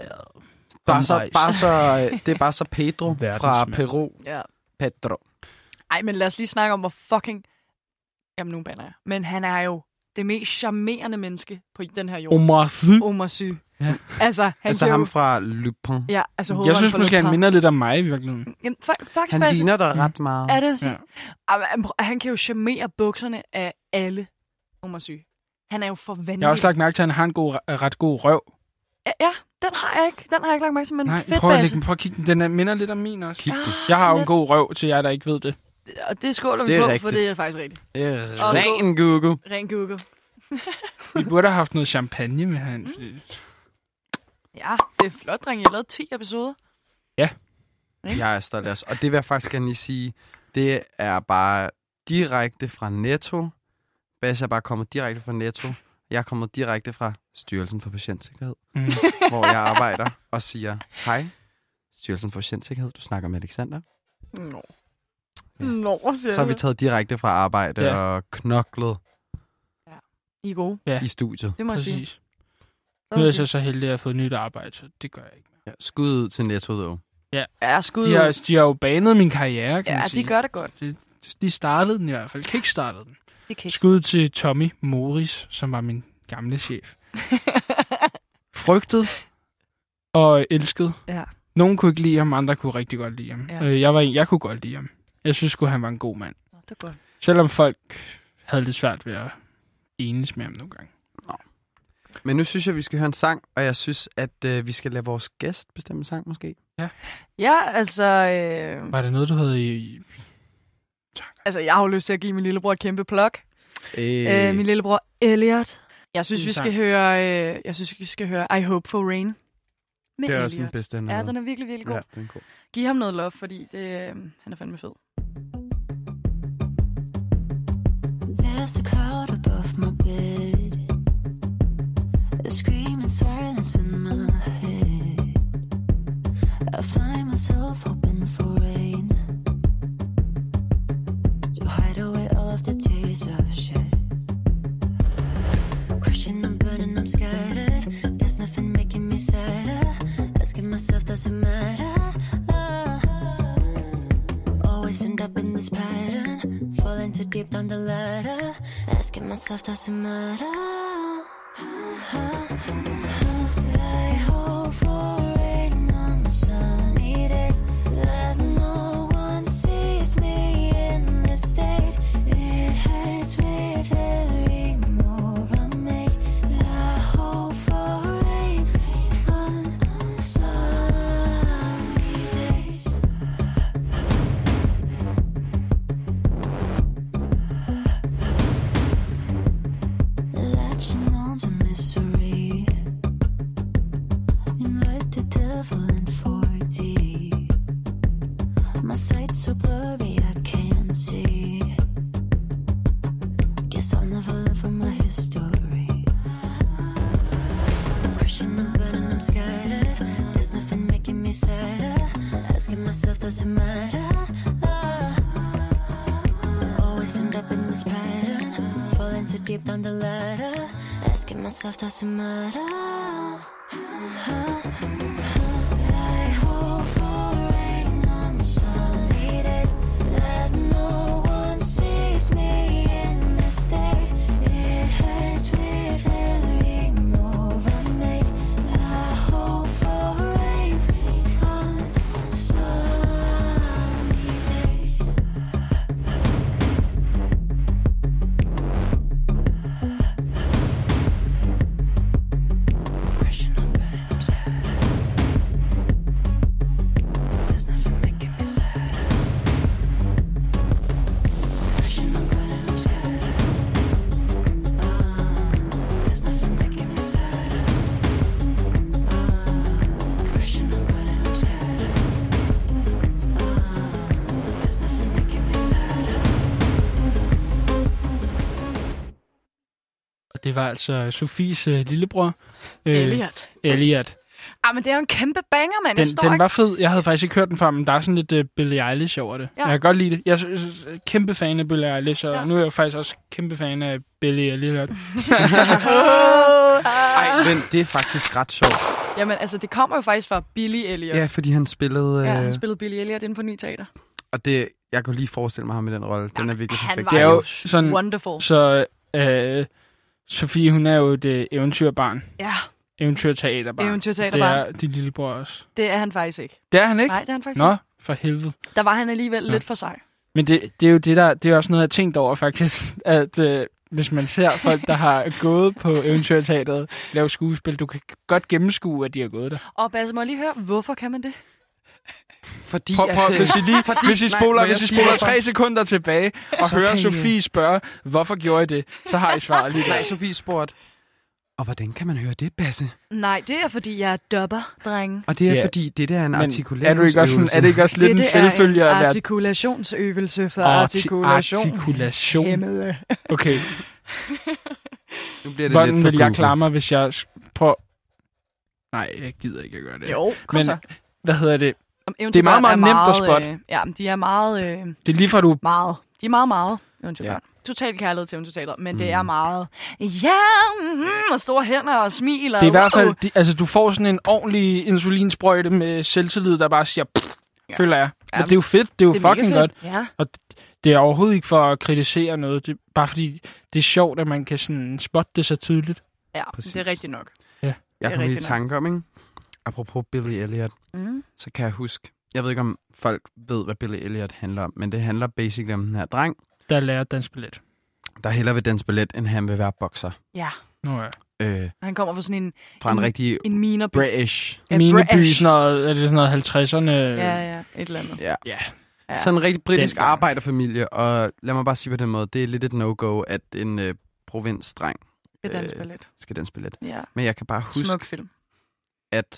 Det er bare så Pedro fra Verdensmand. Peru. Ja. Pedro. Ej, men lad os lige snakke om, hvor fucking... Jamen, nu bander jeg. Men han er jo det mest charmerende menneske på den her jord. Omar Sy. Ja. Altså, Altså ham fra Lupin. Ja, altså Jeg synes måske, han minder lidt om mig i virkeligheden. Jamen, faktisk Han faktisk- ligner dig ret meget. Er det at sige? Ja. Han kan jo charmere bukserne af alle, Omar Sy. Han er jo for vanvittig. Jeg har også lagt mærke til, at han har en ret god røv. Ja, den har jeg ikke. Den har jeg ikke lagt mærke til, men Nej, fedt prøv at Basse. kigge den. Den minder lidt om min også. Kig den. Jeg har jo en lidt. god røv til jer, der ikke ved det. Og det skåler vi Det er på, rigtigt. for det er faktisk rigtigt. Ren Google. Ren Google. Vi burde have haft noget champagne med han. Ja, det er flot, dreng. Jeg har lavet 10 episoder. Jeg er stolt af os. Og det vil jeg faktisk gerne lige sige, det er bare direkte fra Netto. Basse er bare kommet direkte fra Netto. Jeg er kommet direkte fra Styrelsen for Patientsikkerhed, hvor jeg arbejder og siger, hej, Styrelsen for Patientsikkerhed, du snakker med Alexander. Nå. Ja. Nå, Så har vi taget direkte fra arbejde og knoklet I er gode. Ja, i studiet. Det må jeg sige. præcis. Nu er jeg så heldig, at jeg har fået nyt arbejde, så det gør jeg ikke. Ja, skud ud til Netto, dog. Ja, skud. De har jo banet min karriere, kan man sige. de gør det godt. De startede den i hvert fald. Kickstartede den. Det kan ikke. Skud til Tommy Morris, som var min gamle chef. Frygtet og elsket. Ja. Nogen kunne ikke lide ham, andre kunne rigtig godt lide ham. Ja. Jeg kunne godt lide ham. Jeg synes sgu, han var en god mand. Det er godt. Selvom folk havde lidt svært ved at enes med ham nogle gange. Men nu synes jeg, vi skal høre en sang, og jeg synes, at vi skal lade vores gæst bestemme en sang, måske. Ja, altså... Var det noget, du havde i... Altså, jeg har jo lyst til at give min lillebror et kæmpe plok. Min lillebror Elliot. Jeg synes, vi skal høre I Hope for Rain. Med Det er Elliot. også den bedste, han Ja, har den er virkelig, virkelig god. Ja, den er god. Giv ham noget love, fordi han er fandme fed. There's a cloud above my bed, a screaming silence in my head. find myself hoping for rain to hide away all of the tears I've shed. Crashing, I'm burning, I'm scattered. There's nothing making me sadder. Asking myself, does it matter? Always end up in this pattern, falling too deep down the ladder. Asking myself, does it matter? I hope for rain on the sunny days, that no one sees me in this state. It hurts with every move I make. I hope for rain on sunny days. Latching on to misery, invite the devil in 4D. My sight's so blurry I can't see. Guess I'll never learn from my history. I'm crashing, I'm burning, I'm scattered. There's nothing making me sadder. Asking myself, does it matter? Always end up in this pattern, falling too deep down the ladder. Asking myself, does it matter? I hope for rain on the sunny days, that no one sees me in this state. It hurts with every move I make. I hope for rain on sunny days. Crashing, I'm burning, I'm scared. There's nothing making me sad. Crashing, I'm burning, I'm scared. There's nothing making me sad. Crashing, I'm burning, I'm scared. There's nothing making me sad. Og det var altså Sofies lillebror. Elliot. Elliot. Men det er jo en kæmpe banger, mand. Jeg forstår Den ikke. var fed. Jeg havde faktisk ikke hørt den før, men der er sådan lidt Billie Eilish over det. Ja. Jeg kan godt lide det. Jeg er kæmpe fan af Billie Eilish, og Ja. nu er jeg faktisk også kæmpe fan af Billie Elliot. Ej, men det er faktisk ret sjovt. Jamen, altså, det kommer jo faktisk fra Billy Elliot. Ja, fordi han spillede... Ja, han spillede Billy Elliot inde på Ny Teater. Og det, jeg kunne lige forestille mig ham i den rolle. Den er virkelig Han perfekt. var Det er jo jo sådan, wonderful. så Sofie, hun er jo et eventyrbarn. Ja, Eventyrteaterbarn. eventyrteaterbarn. Det er din lillebror også. Det er han faktisk ikke. Det er han ikke? Nej, det er han faktisk Nå, ikke. for helvede. Der var han alligevel Nå. lidt for sig. Men det er jo det der, det er også noget, jeg har tænkt over faktisk, at hvis man ser folk, der har gået på eventyrteateret, lave skuespil, du kan godt gennemskue, at de har gået der. Og Basse, må jeg lige høre, hvorfor kan man det? Fordi Prøv, hvis I spoler 3 sekunder tilbage og Så hører kan I- Sofie spørge, hvorfor gjorde I det, så har I svaret lige Nej, der. Sofie spurgte, og hvordan kan man høre det, Basse? Nej, det er fordi, jeg er dubber, drenge. Og det er Ja. fordi, det der er en Men artikuleringsøvelse. er det ikke også lidt en selvfølge er at en være... artikulationsøvelse for Artikulation. artikulationshæmmede. Okay, Nu bliver det hvordan lidt for vil jeg Google. klare mig, hvis jeg prøver... Nej, jeg gider ikke at gøre det. Jo, kom Men så. hvad hedder det? Det er meget, meget nemt at spotte. Ja, de er meget... Det er lige fra du... meget. De er meget eventyrbørn. Ja. Total kærlighed til eventyrteater, men det er meget... Ja, og store hænder og smil. Det er i hvert fald... Altså, du får sådan en ordentlig insulinsprøjte med selvtillid, der bare siger... Føler jeg. Men det er jo fedt. Det er jo det er fucking mega godt. fedt. Ja. Og det er overhovedet ikke for at kritisere noget. Det er bare fordi, det er sjovt, at man kan sådan spotte det så tydeligt. Ja, Præcis. det er rigtigt nok. Jeg er kom lige i rigtigt nok. tanke om, ikke? Apropos Billy Elliot, så kan jeg huske... Jeg ved ikke, om folk ved, hvad Billy Elliot handler om, men det handler basically om den her dreng, Der lærer dansk ballet. der hellere vil danse ballet, end han vil være bokser. Ja, Nå ja. han kommer fra sådan Fra en rigtig en minerby. British. Ja, Mineby, British. sådan noget, er det sådan noget 50'erne? Ja, et eller andet. Ja. Ja. Ja. Sådan en rigtig britisk Dengang. arbejderfamilie, og lad mig bare sige på den måde, det er lidt et no-go, at en provinsdreng Det er dansk ballet. skal danse ballet. Ja, Men jeg kan bare huske, smuk film. at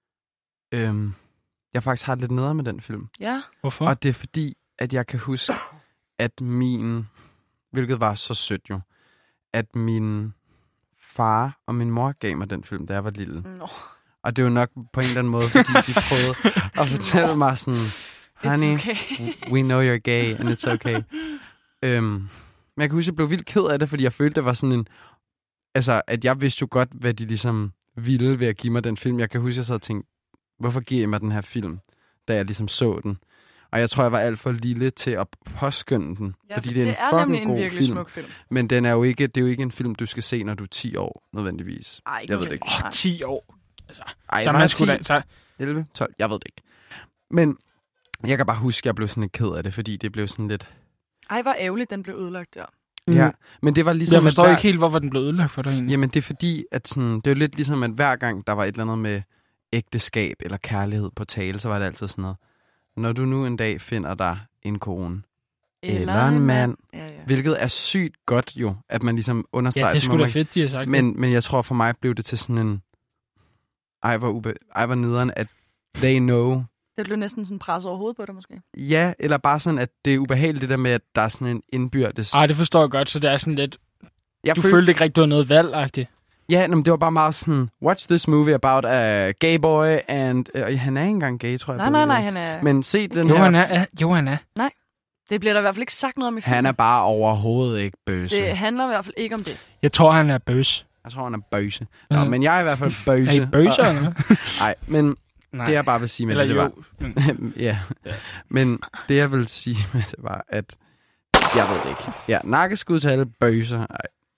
jeg faktisk har det lidt nederen med den film. Ja, Hvorfor? Og det er fordi, at jeg kan huske, at hvilket var så sødt jo, at min far og min mor gav mig den film, da jeg var lille. nå. Og det er jo nok på en eller anden måde, fordi de prøvede at fortælle mig sådan, honey, okay. we know you're gay, and it's okay. Men jeg kan huske, at jeg blev vildt ked af det, fordi jeg følte, det var sådan en... Altså, at jeg vidste jo godt, hvad de ligesom ville ved at give mig den film. Jeg kan huske, at jeg sad og tænkte, hvorfor giver I mig den her film, da jeg ligesom så den? Og jeg tror, jeg var alt for lille til at påskynde den, Ja, fordi det er en fucking god virkelig film. smuk film. Men det er jo ikke en film, du skal se, når du er 10 år, nødvendigvis. Ej, Jeg ved det ikke. 10 år. Altså, Ej, så jeg man skulle da... Så, 11, 12, jeg ved det ikke. Men jeg kan bare huske, at jeg blev sådan lidt ked af det, fordi det blev sådan lidt... Ej, hvor ærgerligt, den blev ødelagt der. Ja, men det var ligesom... jeg forstår at ikke helt, hvorfor den blev ødelagt for dig egentlig. Jamen, det er fordi, at sådan, det er jo lidt ligesom, at hver gang der var et eller andet med ægteskab eller kærlighed på tale, så var det altid sådan noget. Når du nu en dag finder dig en kone eller en mand, Ja. hvilket er sygt godt jo, at man ligesom understreger... Ja, det er sgu da fedt, de har sagt det. men jeg tror for mig blev det til sådan en... Ej, hvor nederen, at they know... Det blev næsten sådan pres over hovedet på dig, måske. Ja, eller bare sådan, at det er ubehageligt det der med, at der er sådan en indbyrdes... Ej, det forstår jeg godt, så det er sådan lidt... Jeg Du følte ikke rigtig, du havde noget valg-agtigt. Ja, men det var bare meget sådan, watch this movie about a gay boy, and... han er ikke engang gay, tror jeg. Nej, han er... Men se den Jo, her... han er. Det bliver der i hvert fald ikke sagt noget om i filmen. Han er bare overhovedet ikke bøse. Det handler i hvert fald ikke om det. Jeg tror, han er bøs. Jeg tror, han er bøse. Nå, men jeg er i hvert fald bøse. Er I bøser, eller hvad? Nej, men Nej. det jeg bare vil sige med Eller det var... ja. Men det jeg vil sige med det var, at... Jeg ved det ikke. Ja, nakkeskud til alle bøser. Ej.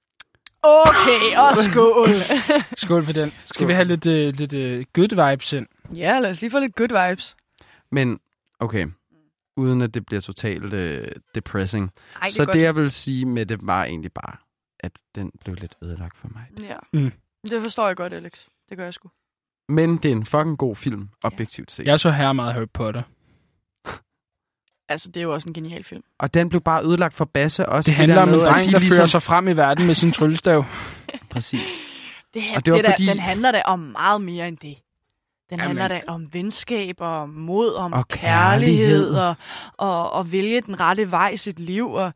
Okay, og skål. Skål for den. Skal vi have lidt good vibes ind? Ja, lad os lige få lidt good vibes. Men, okay. Uden at det bliver totalt depressing. Ej, Så godt. det jeg vil sige med det var egentlig bare, at den blev lidt ødelagt for mig. Ja. Mm. Det forstår jeg godt, Alex. Det gør jeg sgu. Men det er en fucking god film, objektivt set. Jeg så her meget Harry Potter. Altså, det er jo også en genial film. Og den blev bare ødelagt for Basse også. Det handler om en med, at dreng, de der ligesom... fører sig frem i verden med sin tryllestav. Præcis. Og den handler da om meget mere end det. Den handler da om venskab og mod, om kærlighed og vælge den rette vej i sit liv og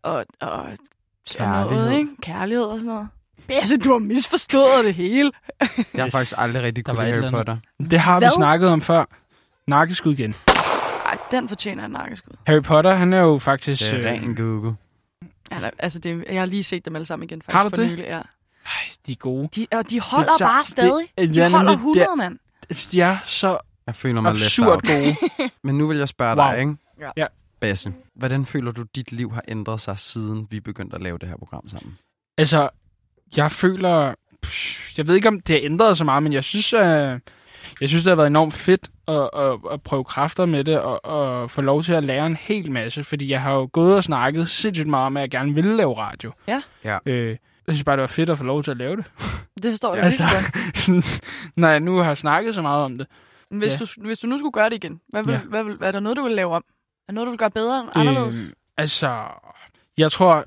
sådan noget, ikke? Kærlighed og sådan noget. Basse, du har misforstået det hele. Jeg har faktisk aldrig rigtig kunne lide Harry Potter. Det har vi snakket om før. Nakkeskud igen. Ej, den fortjener en nakkeskud. Harry Potter, han er jo faktisk... Det er ren Google. Altså, jeg har lige set dem alle sammen igen, faktisk. Har du det? Nylig, ja. De er gode. De holder bare stadig. De holder 100, mand. De er så Jeg føler mig absurd gode. Men nu vil jeg spørge dig, ikke? Ja. Basse, hvordan føler du, dit liv har ændret sig, siden vi begyndte at lave det her program sammen? Altså, jeg føler... Jeg ved ikke, om det har ændret så meget, men jeg synes, det har været enormt fedt at prøve kræfter med det, og få lov til at lære en hel masse, fordi jeg har jo gået og snakket sindssygt meget om, at jeg gerne ville lave radio. Ja. Jeg synes bare, det var fedt at få lov til at lave det. Det forstår jeg Altså, virkelig godt. sådan, når jeg nu har snakket så meget om det. Hvis du nu skulle gøre det igen, er der noget, du vil lave om? Er noget, du vil gøre bedre end anderledes? Altså, jeg tror,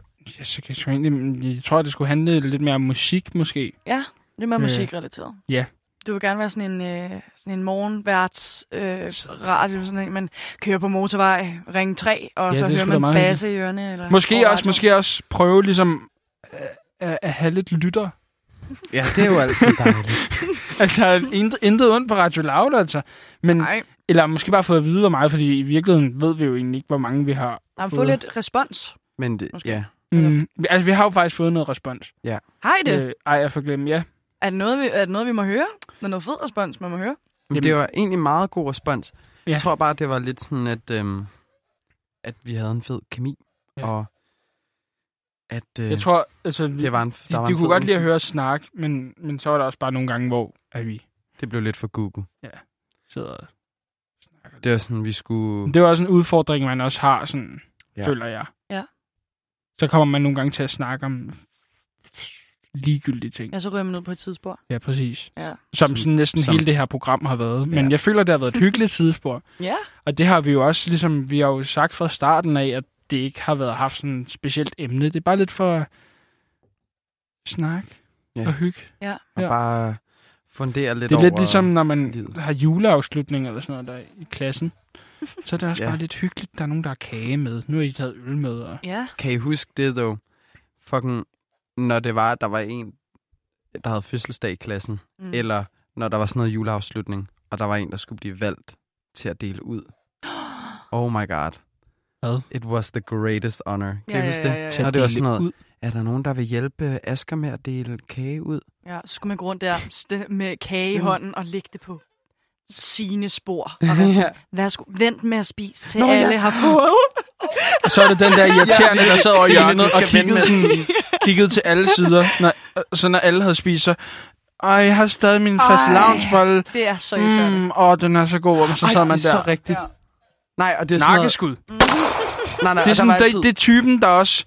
det skulle handle lidt mere om musik, måske. Ja, lidt mere musikrelateret. Ja. Du vil gerne være sådan en morgenværts radio, sådan en, man kører på motorvej, ring 3, og så hører man basse i ørerne. Eller Måske også prøve ligesom at have lidt lytter. Ja, det er jo altid dejligt. Altså, intet ondt på Radio Loud, altså. Men, nej. Eller måske bare fået at vide, hvor meget, fordi i virkeligheden ved vi jo egentlig ikke, hvor mange vi har fået. Få lidt respons. Men det, ja. Altså, vi har jo faktisk fået noget respons. Ja. Har I det? Jeg får glemme, ja. Er det noget, vi må høre? Er det noget fed respons, man må høre? Men det var egentlig meget god respons. Ja. Jeg tror bare, det var lidt sådan, at vi havde en fed kemi. Ja. Og at jeg tror, altså, det var de kunne godt lide at høre os snakke, men så var der også bare nogle gange, hvor vi... Det blev lidt for Google. Ja, sidder og snakker. Det var sådan, vi skulle... Det var også en udfordring, man også har, sådan, føler jeg. Ja. Så kommer man nogle gange til at snakke om ligegyldige ting. Ja, så ryger man ud på et sidespor. Ja, præcis. Ja. Som sådan næsten hele det her program har været. Men jeg føler, det har været et hyggeligt sidespor. Ja. Og det har vi jo også, ligesom vi har jo sagt fra starten af, at det ikke har været haft sådan et specielt emne. Det er bare lidt for snak og hygge. Ja. Og bare fundere lidt over... Det er lidt ligesom, når man har juleafslutning eller sådan noget der i klassen. Så er det også bare lidt hyggeligt. Der er nogen, der har kage med. Nu har I taget øl med. Og... Ja. Kan I huske det, dog? Fucking, når det var, der var en, der havde fødselsdag i klassen. Eller når der var sådan noget juleafslutning, og der var en, der skulle blive valgt til at dele ud. Oh my god. Hvad? It was the greatest honor. Kan Ja, I huske det? ja. Og det var sådan noget, Ud. er der nogen, der vil hjælpe Asger med at dele kage ud? Ja, så skulle man gå rundt der med kage i hånden og lægge det på sine spor. Og være sådan, værsgo, vent med at spise, til alle har fået. Og så er det den der irriterende, der sad over Signe, hjørnet du og skal vente med kiggede til alle sider. Når alle havde spist, så... Ej, jeg har stadig min fastelavnsbolle. Det er så irriterende. Den er så god. Og så sad man det er der. så rigtigt. Ja. Nej, og det er sådan noget... Nakkeskud. Nej, Det er, sådan, det er typen, der også...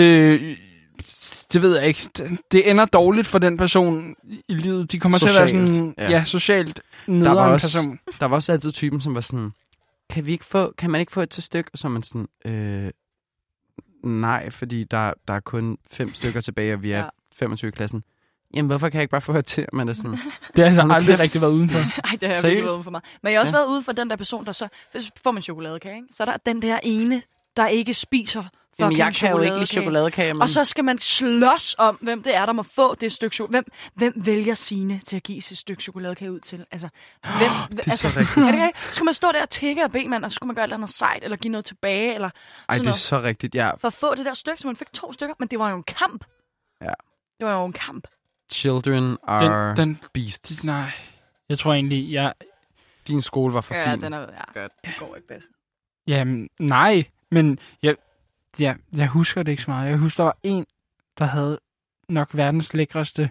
det ved jeg ikke. Det ender dårligt for den person i livet. De kommer Socialt, til at være sådan... ja. Ja, socialt nederen person. Der var også altid typen, som var sådan... Kan man ikke få et til stykke? Og så er man sådan... nej, fordi der er kun 5 stykker tilbage, og vi er 25 i klassen. Jamen, hvorfor kan jeg ikke bare få et til? Man er sådan... Det har jeg aldrig rigtig været udenfor. Ej, det har jeg virkelig været ude for mig. Men jeg har også været ude for den der person, der så... Hvis får man chokoladekage, ikke? Så er der den der ene, der ikke spiser fucking jeg kan jo ikke lide chokoladekage. Men... Og så skal man slås om, hvem det er, der må få det stykke chokolade. Hvem vælger Signe til at give sit stykke chokoladekage ud til? Altså, hvem... det er altså, så rigtigt. Er det ikke? Skulle man stå der og tække og bede, mand, og så skulle man gøre et eller andet sejt, eller give noget tilbage, eller Ej, sådan det er så rigtigt, ja. for at få det der stykke, så man fik 2 stykker. Men det var jo en kamp. Ja. Det var jo en kamp. Children are Den beasts. nej. Jeg tror egentlig, Din skole var for Ja, fin. den er... Ja, det går ikke bedst. Jamen, nej. Men jeg husker det ikke så meget. Jeg husker, der var en, der havde nok verdens lækreste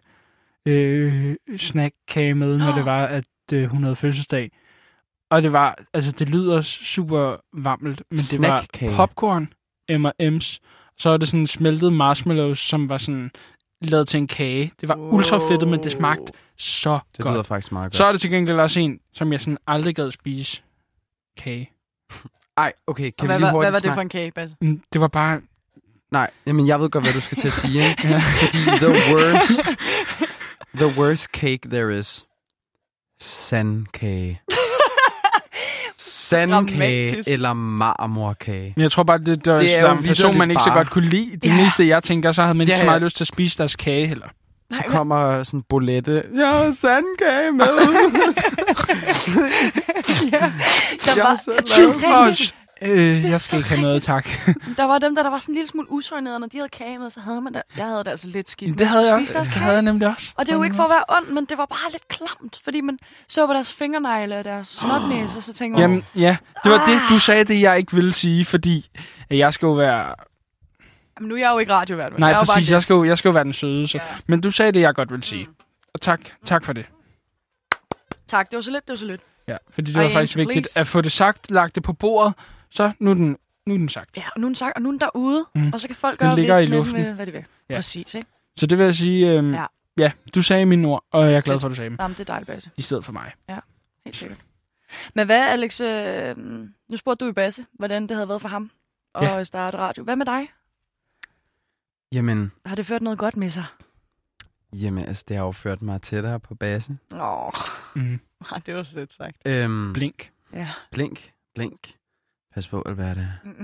snackkage med, når det var, at hun havde fødselsdag. Og det var, altså det lyder super varmt, men det var Snackkage. popcorn, M&M's. Så var det sådan smeltede marshmallows, som var sådan lavet til en kage. Det var ultra fedtet, men det smagte så Det godt. lyder faktisk meget godt. Så er det til gengæld også en, som jeg sådan aldrig gad spise kage. Ej, okay, kan Og vi lige hvad hurtigt var det snakke? for en kage, Basse? Det var bare... Nej, jamen jeg ved godt, hvad du skal til at sige, ikke? Fordi the worst cake there is, sandkage. Sandkage Dramatisk. eller marmorkage. Men jeg tror bare, det Det er jo en person, man vitterligt ikke så bare- godt kunne lide. Det næste, jeg tænker, så havde man ikke så Ja. meget lyst til at spise deres kage heller. Så kommer sådan en bolette. Jeg har sandkage med. Der var, Jeg skal ikke have noget, tak. der var dem, der var sådan en lille smule usøjnede, når de havde kage med, så havde man det. Jeg havde det altså lidt skidt. Det havde jeg Spise også. deres Det kage. havde jeg nemlig også. Og det er jo ikke for at være ond, men det var bare lidt klamt, fordi man så på deres fingernegle og deres snotnæse, og så tænkte man, Jamen, ja. Det var det, du sagde det, jeg ikke ville sige, fordi at jeg skal jo være... jamen, nu er jeg jo ikke radiovært. Nej, jeg er jo bare præcis. Jeg skal jo være den søde. Så. Ja. Men du sagde det, jeg godt ville sige. Og tak for det. Tak, det var så lidt, det var så lidt. Ja, fordi det var I faktisk am vigtigt please. at få det sagt, lagt det på bordet, så nu er den sagt. Ja, og nu er den sagt, og nu er den derude, og så kan folk Den gøre ligger i med, luften. med, hvad de vil. Ja. Præcis, ikke? Så det vil jeg sige, ja, du sagde mine ord, og jeg er glad for, at du sagde dem. Jamen, det er dejligt, Basse. I stedet for mig. Helt sikkert. Men hvad, Alex, nu spurgte du i Basse, hvordan det havde været for ham at starte radio. Hvad med dig? Jamen, Har det ført noget godt med sig? altså, det har jo ført mig tættere på base. Mm. Nej, det var sødt sagt. Blink. Ja. Blink. Pas på, Alberte.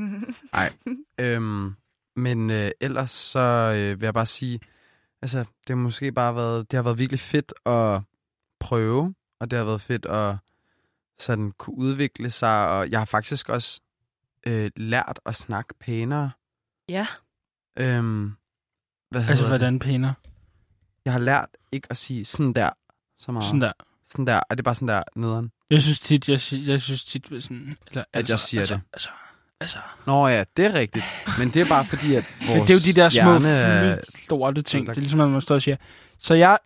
Men ellers så vil jeg bare sige, altså det har måske bare været, det har været virkelig fedt at prøve, og det har været fedt at sådan kunne udvikle sig, og jeg har faktisk også lært at snakke pænere. Ja. Hvad hedder Altså, det? hvordan pænere? Jeg har lært ikke at sige sådan der så meget. Sådan der. Sådan der. Er det bare sådan der nederen? Jeg synes tit, sådan... Eller, At jeg siger det. Altså. Nå ja, det er rigtigt. Men det er bare fordi, at vores Det er jo de der små hjerne er- lorte ting. ødelagt. Det er ligesom, at man står og siger. Så jeg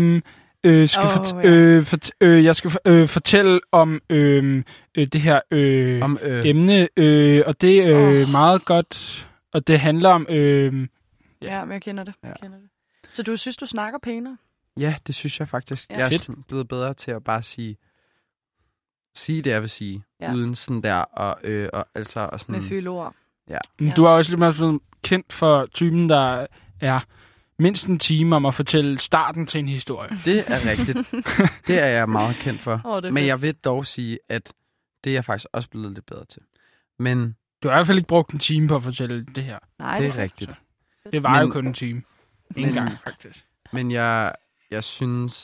skal fortælle om det her om emne, og det er meget godt, og det handler om... Ja, men jeg kender det. Ja. Jeg kender det. Så du synes, du snakker pænere? Ja, det synes jeg faktisk. Ja. Jeg er Fedt. sådan blevet bedre til at bare sige det, jeg vil sige, Ja. uden sådan der, og altså, og sådan... Med fyldord. Men du er også lidt mere blevet kendt for typen, der er mindst en time om at fortælle starten til en historie. Det er rigtigt. Det er jeg meget kendt for. Det er Men fedt. jeg vil dog sige, at det er jeg faktisk også blevet lidt bedre til. Men Du har i hvert fald ikke brugt en time på at fortælle det her. Nej, det er rigtigt. Det var jo Men- kun en time. Men- En gang, faktisk. Men jeg synes,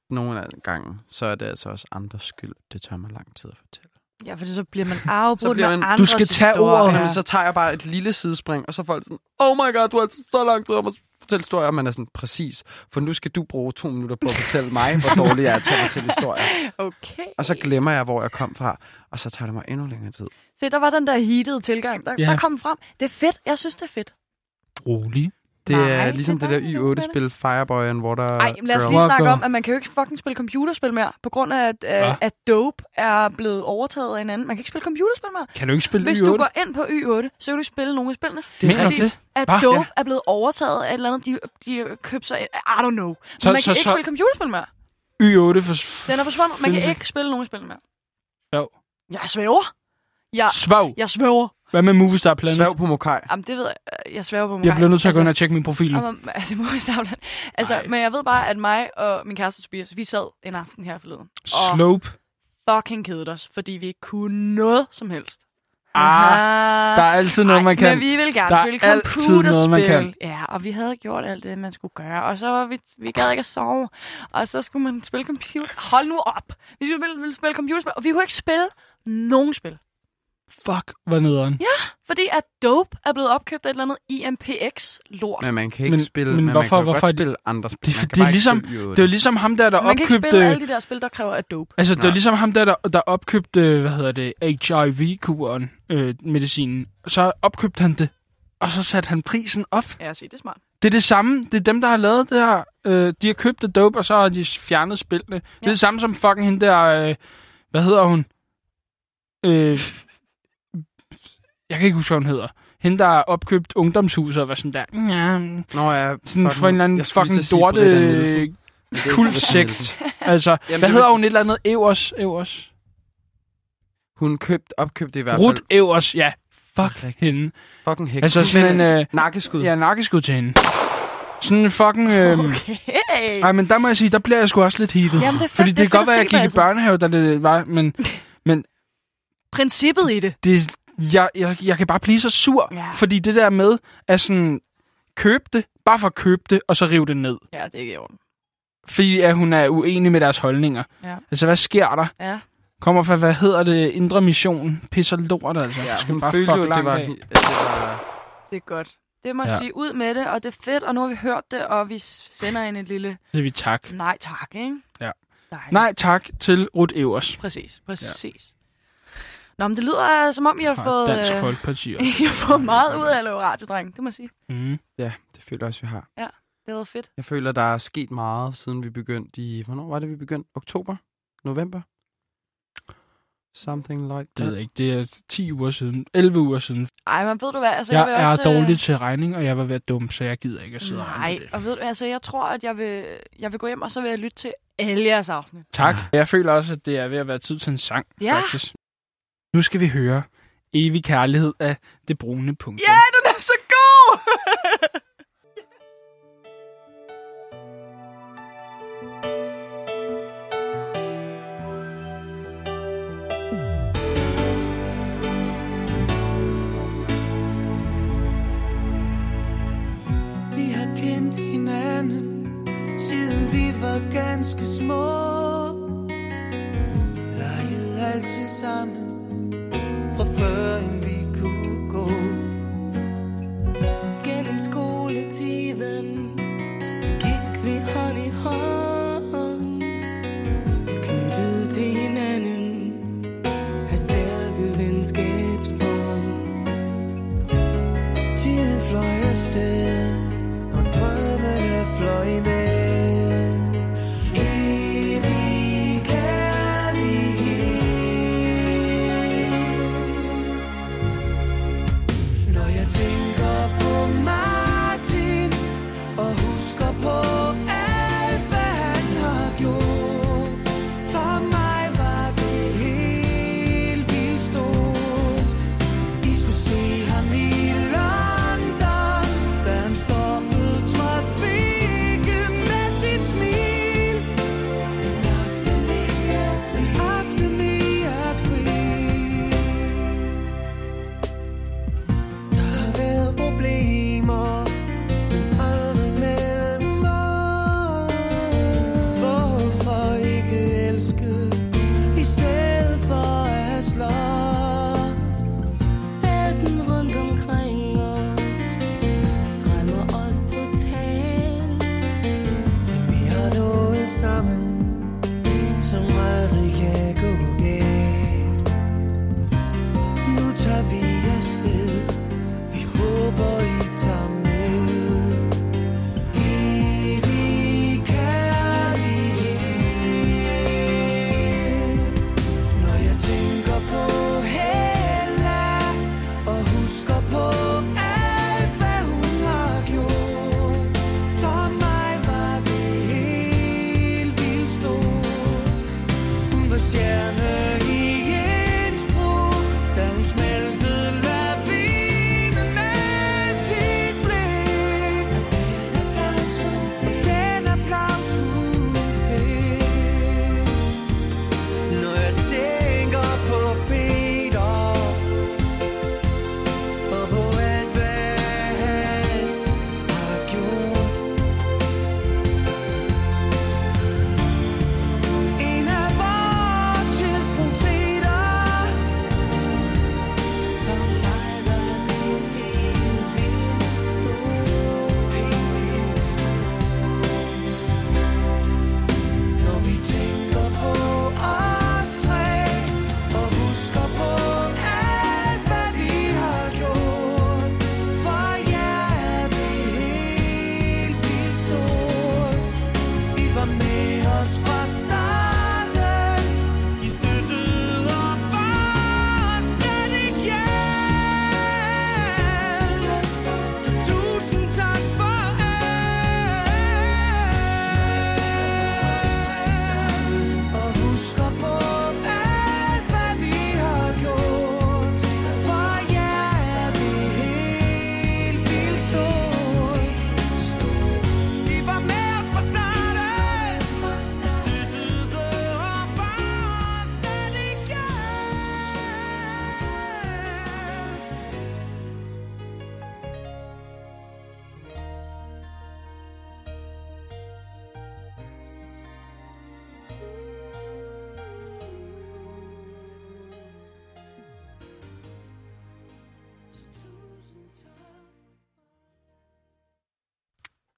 nogle af gangen, så er det altså også andres skyld. Det tager mig lang tid at fortælle. Ja, for så bliver man afbrudt bliver med man- andres Du skal tage historier. ordet. Men så tager jeg bare et lille sidespring, og så får folk sådan, oh my god, du har så lang tid om at fortælle historier. Og man er sådan, præcis. For nu skal du bruge 2 minutter på at fortælle mig, hvor dårlig jeg er til at fortælle historier. Okay. Og så glemmer jeg, hvor jeg kom fra, og så tager det mig endnu længere tid. Se, der var den der heated tilgang. Der kom frem. Det er fedt. Jeg synes, det er fedt. Rolig. Det Nej, er ligesom det det er der bare Y8-spil, Fireboy and Water Ej, lad os Girl. lige snakke Walker. om, at man kan jo ikke fucking spille computerspil mere, på grund af, at Dope er blevet overtaget af en anden. Man kan ikke spille computerspil mere. Kan du ikke spille Hvis Y8? du går ind på Y8, så kan du spille nogle af spillene. Mener du Fordi det? at Hva? Dope Ja. er blevet overtaget af et eller andet, de købte sig. I don't know. Men Så- man kan så- ikke så- spille computerspil mere. Y8 for... Den er forsvundet. Man kan Findes ikke spille nogen af spillene mere. Jo. Jeg svæver. Svav. Jeg svæver. Hvad med Movistar Planet? Svæv på Mokai. Jamen, det ved jeg. Jeg svæver på mig. Jeg bliver nødt til at gå ind og tjekke min profil nu. Altså, men jeg ved bare, at mig og min kæreste Tobias, vi sad en aften her forleden. Og Slope. fucking kedede os, fordi vi ikke kunne noget som helst. Der er altid noget, man kan. Men vi ville gerne Der er spille altid noget, man computerspil. kan. Ja, og vi havde gjort alt det, man skulle gøre. Og så var vi gad ikke at sove. Og så skulle man spille computer. Hold nu op. Vi ville spille computerspil, og vi kunne ikke spille nogen spil. Fuck, hvad nederen. Ja, fordi at Dope er blevet opkøbt af et eller andet IMPX-lort. Men man kan ikke Men- spille, men men hvorfor- man kan hvorfor er godt spille andre spil. Det- Man kan det er bare ikke ligesom- spille Y8. Det er jo ligesom ham der Man kan ikke opkøbte... spille alle de der spil, der kræver at Dope. Altså, det er Nej. ligesom ham der opkøbte, HIV-kuren, medicinen. Så opkøbte han det, og så satte han prisen op. Ja, se, det er smart. Det er det samme. Det er dem, der har lavet det her. De har købt det Dope, og så har de fjernet spillene. Det er det samme som fucking hende der... hvad hedder hun? Jeg kan ikke huske, hvad hun hedder. Hende, der har opkøbt ungdomshuset og var sådan der... Ja, Nå, jeg sådan for en eller anden fucking dorte kultsekt. Altså, hvad hedder hun? Et eller andet? Evers. Hun opkøbte i hvert Ruth fald. Evers, ja. Fuck Rigtigt. hende. Fucking heks. Altså sådan en... nakkeskud. Ja, nakkeskud til hende. Sådan en fucking... Okay. Ej, men der må jeg sige, der bliver jeg sgu også lidt heated. Jamen, det er fedt, Fordi det det er kan fedt godt være, at at se jeg gik på, i børnehave, da det var, men Princippet i det. jeg kan bare blive så sur. Ja. Fordi det der med at sådan købe det, bare for at købe det, og så rive det ned. Ja, det er ikke i orden. Fordi at hun er uenig med deres holdninger. Ja. Altså, hvad sker der? Ja. Kommer fra, hvad hedder det, Indre Mission? Pisser lort, altså. Ja, Skal hun bare følte fuck jo, at det langt var... af. Det er godt. Det må jeg Ja. sige ud med det, og det er fedt, og nu har vi hørt det, og vi sender ind et lille Så vi tak. nej tak, ikke? Ja. Dejligt. Nej tak til Ruth Evers. Præcis. Nå, men det lyder som om, I har fået... Dansk Folkeparti. I har fået meget ud af at lave radio, dreng. Det må jeg sige. Mm. Ja, det føler jeg også, vi har. Det har været fedt. Jeg føler, der er sket meget, siden vi begyndte i... Hvornår var det, vi begyndte? Oktober? November? Something like Det that. ved jeg ikke. Det er 10 uger siden. 11 uger siden. Ej, men ved du hvad? Altså, Jeg vil er også, dårlig til regning, og jeg var ved at dum, så jeg gider ikke at sidde og regne Nej, på det. og ved du, altså, jeg tror, at jeg vil gå hjem, og så vil jeg lytte til alle jeres afsnit. Tak. Jeg føler også, at det er ved at være tid til en sang, Ja. faktisk. Nu skal vi høre Evig Kærlighed af Det Brune Punkt. Ja, den er så god! Vi har kendt hinanden, siden vi var ganske små. Leget altid sammen, fra før end vi kunne gå. Gennem skoletiden gik vi hånd i hånd, knyttet til hinanden af stærke venskabsbånd. Tiden fløj afsted, og drømmene fløj med. Evig kærlighed,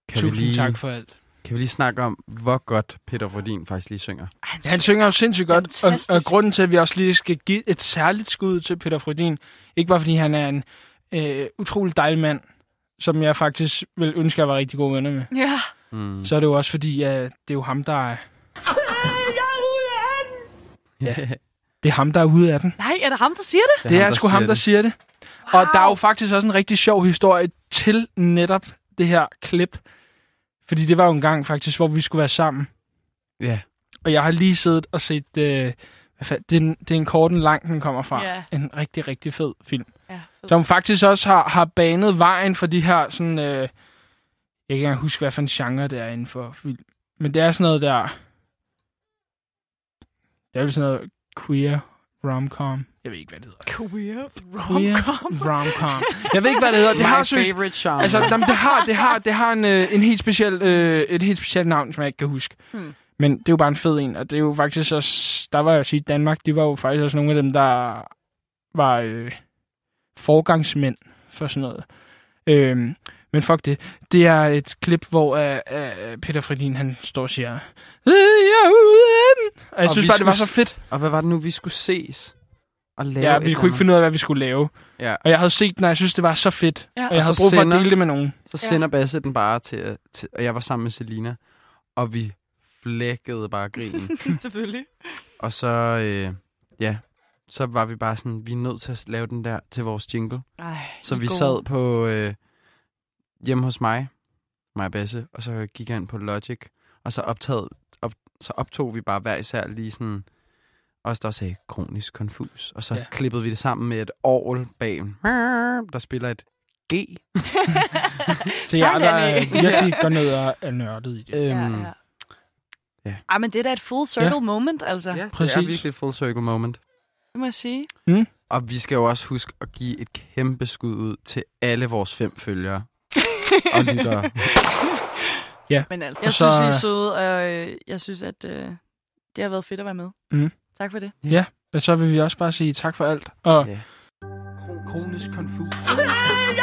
Tusind tak for alt. Kan vi lige snakke om, hvor godt Peter Frödin faktisk lige synger? Han synger jo sindssygt godt, og grunden til, at vi også lige skal give et særligt skud til Peter Frödin, ikke bare fordi han er en utrolig dejlig mand, som jeg faktisk vil ønske, at jeg var rigtig gode venner med. Ja. Så er det jo også fordi, at det er jo ham, der er... Ja, det er ham, der er ude af den. Nej, er det ham, der siger det? Det er sgu ham, der siger det. Wow. Og der er jo faktisk også en rigtig sjov historie til netop det her klip. Fordi det var jo en gang faktisk, hvor vi skulle være sammen. Ja. Og jeg har lige siddet og set... det er en kort en lang, den kommer fra. Ja. En rigtig, rigtig fed film. Ja, Som faktisk også har banet vejen for de her sådan... jeg kan ikke engang huske, hvad for en genre det er inden for film. Men det er sådan noget der... Det er jo sådan noget queer rom-com. Jeg ved ikke, hvad det hedder. Queer rom-com. Jeg ved ikke, hvad det hedder. Det har favorite genre. Altså, det har en helt speciel, et helt specielt navn, som jeg ikke kan huske. Men det er jo bare en fed en, og det er jo faktisk også... Der var jeg sige, Danmark, de var jo faktisk også nogle af dem, der var forgangsmænd for sådan noget. Men fuck det. Det er et klip, hvor Peter Frödin, han står og siger... Og jeg synes bare, det var så fedt. Og hvad var det nu, vi skulle ses? Og lave Ja, vi kunne ikke finde ud af, hvad vi skulle lave. Ja. Og jeg havde set den, og jeg synes, det var så fedt. Ja. Og jeg havde brug for at dele det med nogen. Så sender Basse den bare til... Og jeg var sammen med Selina, og vi flækkede bare grinen. Selvfølgelig. Og så... så var vi bare sådan, vi er nødt til at lave den der til vores jingle. Ej, Så vi sad på hjemme hos mig og Basse, og så gik jeg ind på Logic, og så optog vi bare hver især lige sådan, os der sagde kronisk konfus, og så klippede vi det sammen med et orgel bag, der spiller et G. Så jeg der virkelig går ned og er nørdet i det. Ja. Ej, men det er da et full circle moment, altså. Ja, præcis. det er virkelig et full circle moment. Det må jeg sige. Og vi skal jo også huske at give et kæmpe skud ud til alle vores 5 følgere og lyttere. Ja. Men altså, jeg synes, I er søde, og jeg synes, at det har været fedt at være med. Tak for det. Ja, og så vil vi også bare sige tak for alt. Og kronisk konfus.